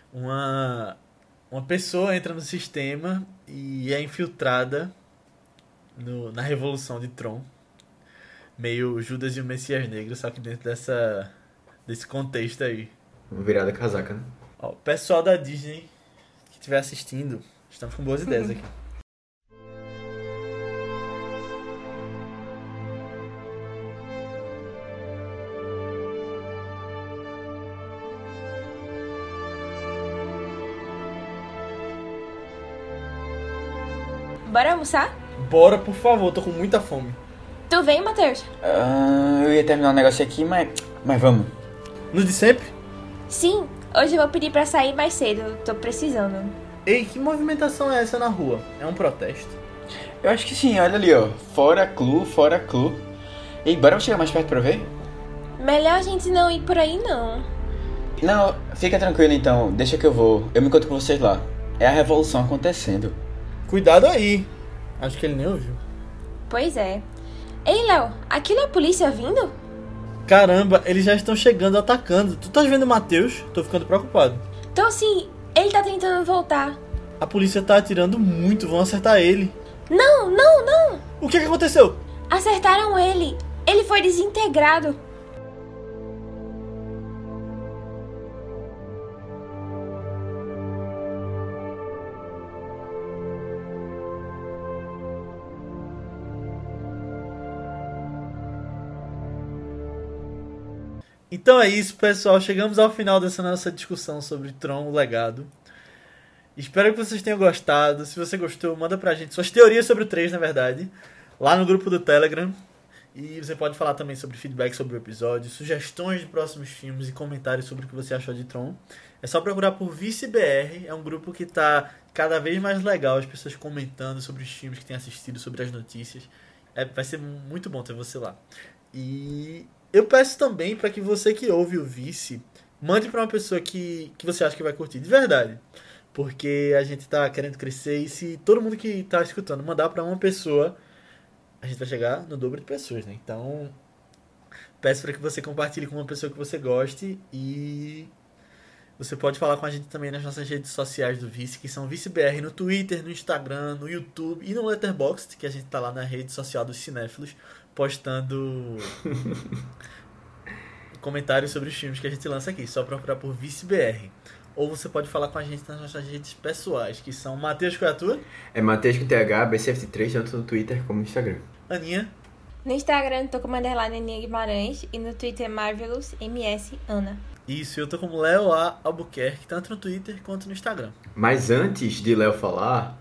A: Uma pessoa entra no sistema e é infiltrada na revolução de Tron. Meio Judas e o Messias Negro, só que dentro desse contexto aí.
C: Uma virada casaca, né?
A: Ó, o pessoal da Disney que estiver assistindo, estamos com boas ideias aqui.
B: Bora almoçar?
A: Bora, por favor, tô com muita fome.
B: Tu vem, Matheus?
D: Eu ia terminar um negócio aqui, mas vamos.
A: No de sempre?
B: Sim, hoje eu vou pedir pra sair mais cedo, tô precisando.
A: Ei, que movimentação é essa na rua? É um protesto?
D: Eu acho que sim, olha ali, ó. Fora Clu. Ei, bora chegar mais perto pra ver?
B: Melhor a gente não ir por aí, não.
D: Não, fica tranquilo então, deixa que eu vou. Eu me encontro com vocês lá. É a revolução acontecendo.
A: Cuidado aí. Acho que ele nem ouviu.
B: Pois é. Ei, Léo, aquilo é a polícia vindo?
A: Caramba, eles já estão chegando, atacando. Tu estás vendo o Matheus? Tô ficando preocupado.
B: Então sim, ele tá tentando voltar.
A: A polícia tá atirando muito, vão acertar ele.
B: Não!
A: O que aconteceu?
B: Acertaram ele. Ele foi desintegrado.
A: Então é isso, pessoal. Chegamos ao final dessa nossa discussão sobre Tron, o Legado. Espero que vocês tenham gostado. Se você gostou, manda pra gente suas teorias sobre o 3, na verdade, lá no grupo do Telegram. E você pode falar também sobre feedback sobre o episódio, sugestões de próximos filmes e comentários sobre o que você achou de Tron. É só procurar por ViceBR, é um grupo que tá cada vez mais legal, as pessoas comentando sobre os filmes que têm assistido, sobre as notícias. Vai ser muito bom ter você lá. E eu peço também para que você que ouve o Vice, mande para uma pessoa que você acha que vai curtir, de verdade. Porque a gente tá querendo crescer e se todo mundo que tá escutando mandar para uma pessoa, a gente vai chegar no dobro de pessoas, né? Então, peço para que você compartilhe com uma pessoa que você goste e você pode falar com a gente também nas nossas redes sociais do Vice, que são ViceBR no Twitter, no Instagram, no YouTube e no Letterboxd, que a gente tá lá na rede social dos cinéfilos, postando comentários sobre os filmes que a gente lança aqui. Só procurar por ViceBR. Ou você pode falar com a gente nas nossas redes pessoais, que são Matheus, qual é a tua?
C: É Matheus com TH, BCFT3, tanto no Twitter como no Instagram.
A: Aninha?
B: No Instagram tô como underline Aninha Guimarães e no Twitter Marvelous MS Ana.
A: Isso, eu tô como Léo A. Albuquerque, tanto no Twitter quanto no Instagram.
C: Mas antes de Léo falar,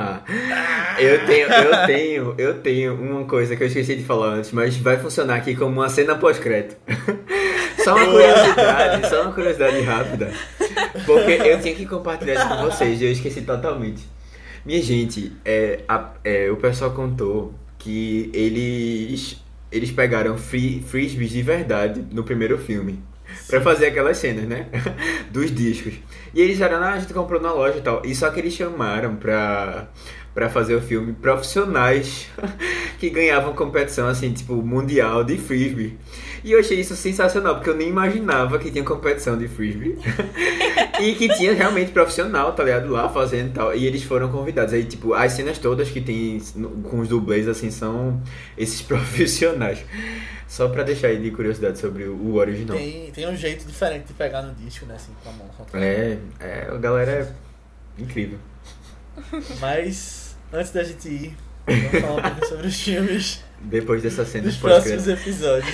C: eu tenho uma coisa que eu esqueci de falar antes, mas vai funcionar aqui como uma cena pós-crédito. Só uma curiosidade rápida, porque eu tinha que compartilhar isso com vocês e eu esqueci totalmente. Minha gente, o pessoal contou que eles pegaram frisbees de verdade no primeiro filme. Pra fazer aquelas cenas, né? Dos discos. E eles eram, a gente comprou na loja e tal. E só que eles chamaram pra fazer o filme profissionais que ganhavam competição, assim, tipo, mundial de frisbee. E eu achei isso sensacional, porque eu nem imaginava que tinha competição de frisbee. E que tinha realmente profissional, tá ligado? Lá fazendo e tal. E eles foram convidados. Aí, tipo, as cenas todas que tem com os dublês, assim, são esses profissionais. Só pra deixar aí de curiosidade sobre o original.
A: Tem um jeito diferente de pegar no disco, né? Assim, com a mão.
C: A galera é incrível.
A: Mas, antes da gente ir, vamos falar um pouco sobre os filmes.
C: Depois dessa cena
A: dos próximos episódios.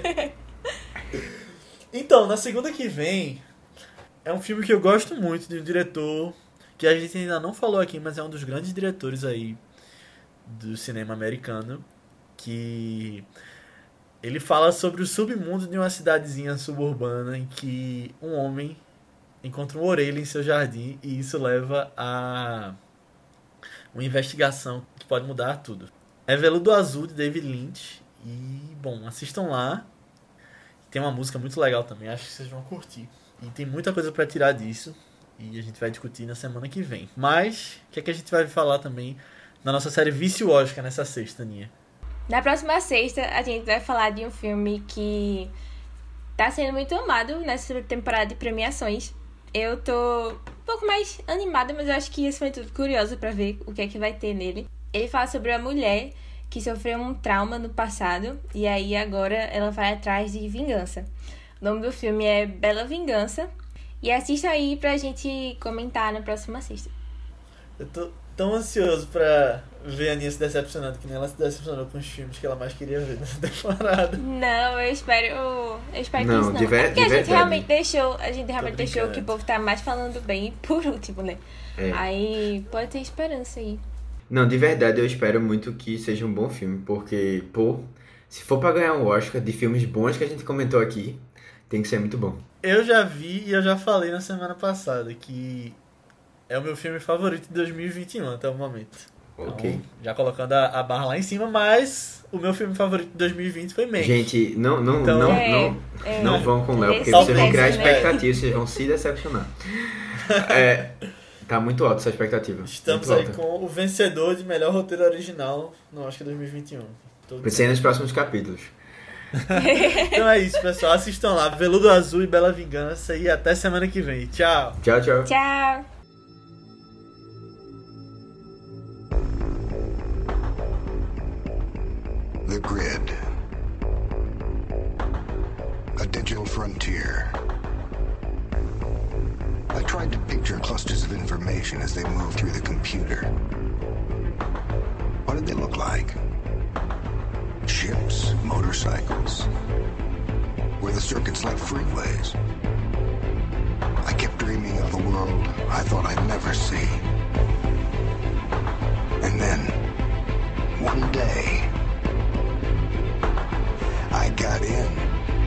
A: Então, na segunda que vem, é um filme que eu gosto muito, de um diretor que a gente ainda não falou aqui, mas é um dos grandes diretores aí do cinema americano, que ele fala sobre o submundo de uma cidadezinha suburbana em que um homem encontra uma orelha em seu jardim e isso leva a uma investigação que pode mudar tudo. É Veludo Azul, de David Lynch. E, bom, assistam lá. Tem uma música muito legal também, acho que vocês vão curtir. E tem muita coisa pra tirar disso. E a gente vai discutir na semana que vem. Mas, o que é que a gente vai falar também na nossa série Vício Oscar nessa sexta, Aninha?
B: Na próxima sexta, a gente vai falar de um filme que tá sendo muito amado nessa temporada de premiações. Eu tô um pouco mais animada, mas eu acho que, acima de tudo, curiosa pra ver o que é que vai ter nele. Ele fala sobre uma mulher que sofreu um trauma no passado e aí agora ela vai atrás de vingança. O nome do filme é Bela Vingança. E assista aí pra gente comentar na próxima sexta.
A: Eu tô tão ansioso pra ver a Aninha se decepcionando, que nem ela se decepcionou com os filmes que ela mais queria ver nessa temporada.
B: Não, eu espero que isso não.
C: Porque
B: a gente realmente deixou que o povo tá mais falando bem por último, né? Aí pode ter esperança aí.
C: Não, de verdade eu espero muito que seja um bom filme, porque, se for pra ganhar um Oscar de filmes bons que a gente comentou aqui, tem que ser muito bom.
A: Eu já vi e eu já falei na semana passada que é o meu filme favorito de 2021 até o momento.
C: Ok.
A: Então, já colocando a barra lá em cima, mas o meu filme favorito de 2020 foi Mank.
C: Gente, não vão com o Léo, porque
B: Só
C: vocês vão criar
B: pensa, né?
C: expectativas, vocês vão se decepcionar. Tá muito alta essa expectativa.
A: Estamos
C: muito
A: aí
C: alta.
A: com o vencedor de melhor roteiro original no Oscar 2021.
C: Pensei nos próximos capítulos.
A: Então é isso, pessoal. Assistam lá, Veludo Azul e Bela Vingança. E até semana que vem. Tchau.
C: Tchau, tchau.
B: Tchau!
E: The Grid. A digital frontier. I tried to picture clusters of information as they moved through the computer. What did they look like? Ships, motorcycles. Were the circuits like freeways. I kept dreaming of a world I thought I'd never see. And then, one day, I got in.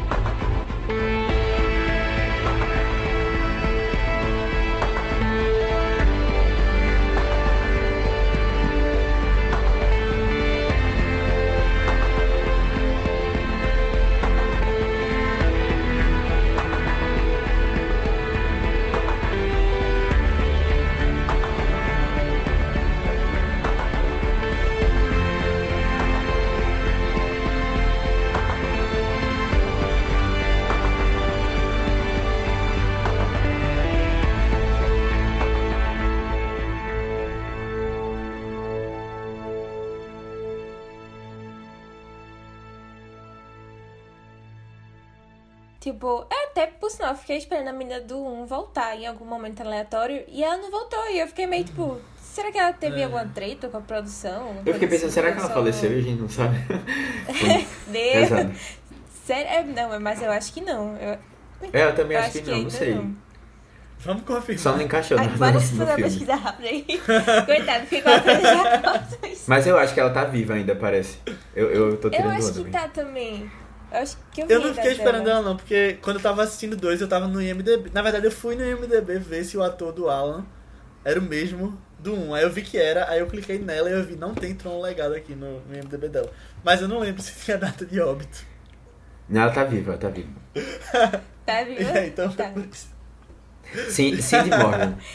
B: Tipo, eu até, por sinal, fiquei esperando a menina do 1 voltar em algum momento aleatório e ela não voltou. E eu fiquei meio tipo, será que ela teve alguma treta com a produção?
C: Eu fiquei pensando, será que ela faleceu e a gente não sabe?
B: Deus. Sério? Não, mas eu acho que não.
C: Eu também acho que não, não sei.
B: Não.
A: Vamos confirmar.
C: Só não encaixou no
B: Bora fazer uma
C: filme.
B: pesquisa rápida aí. Coitado, fica uma coisa já.
C: Mas eu acho que ela tá viva ainda, parece. Eu tô
B: Eu
C: tirando
B: acho
C: onda
B: que
C: também.
B: tá também. Eu acho que eu
A: Eu
B: vi
A: não fiquei
B: da
A: esperando
B: dela.
A: ela não, porque quando eu tava assistindo 2, eu tava no IMDb. Na verdade, eu fui no IMDb ver se o ator do Alan era o mesmo do 1. Aí eu vi que era, aí eu cliquei nela e eu vi, não tem Tron legado aqui no IMDb dela. Mas eu não lembro se tinha data de óbito.
C: Não, ela tá viva, ela tá viva.
B: Tá viva?
A: Então,
B: Tá.
C: Cindy Morgan.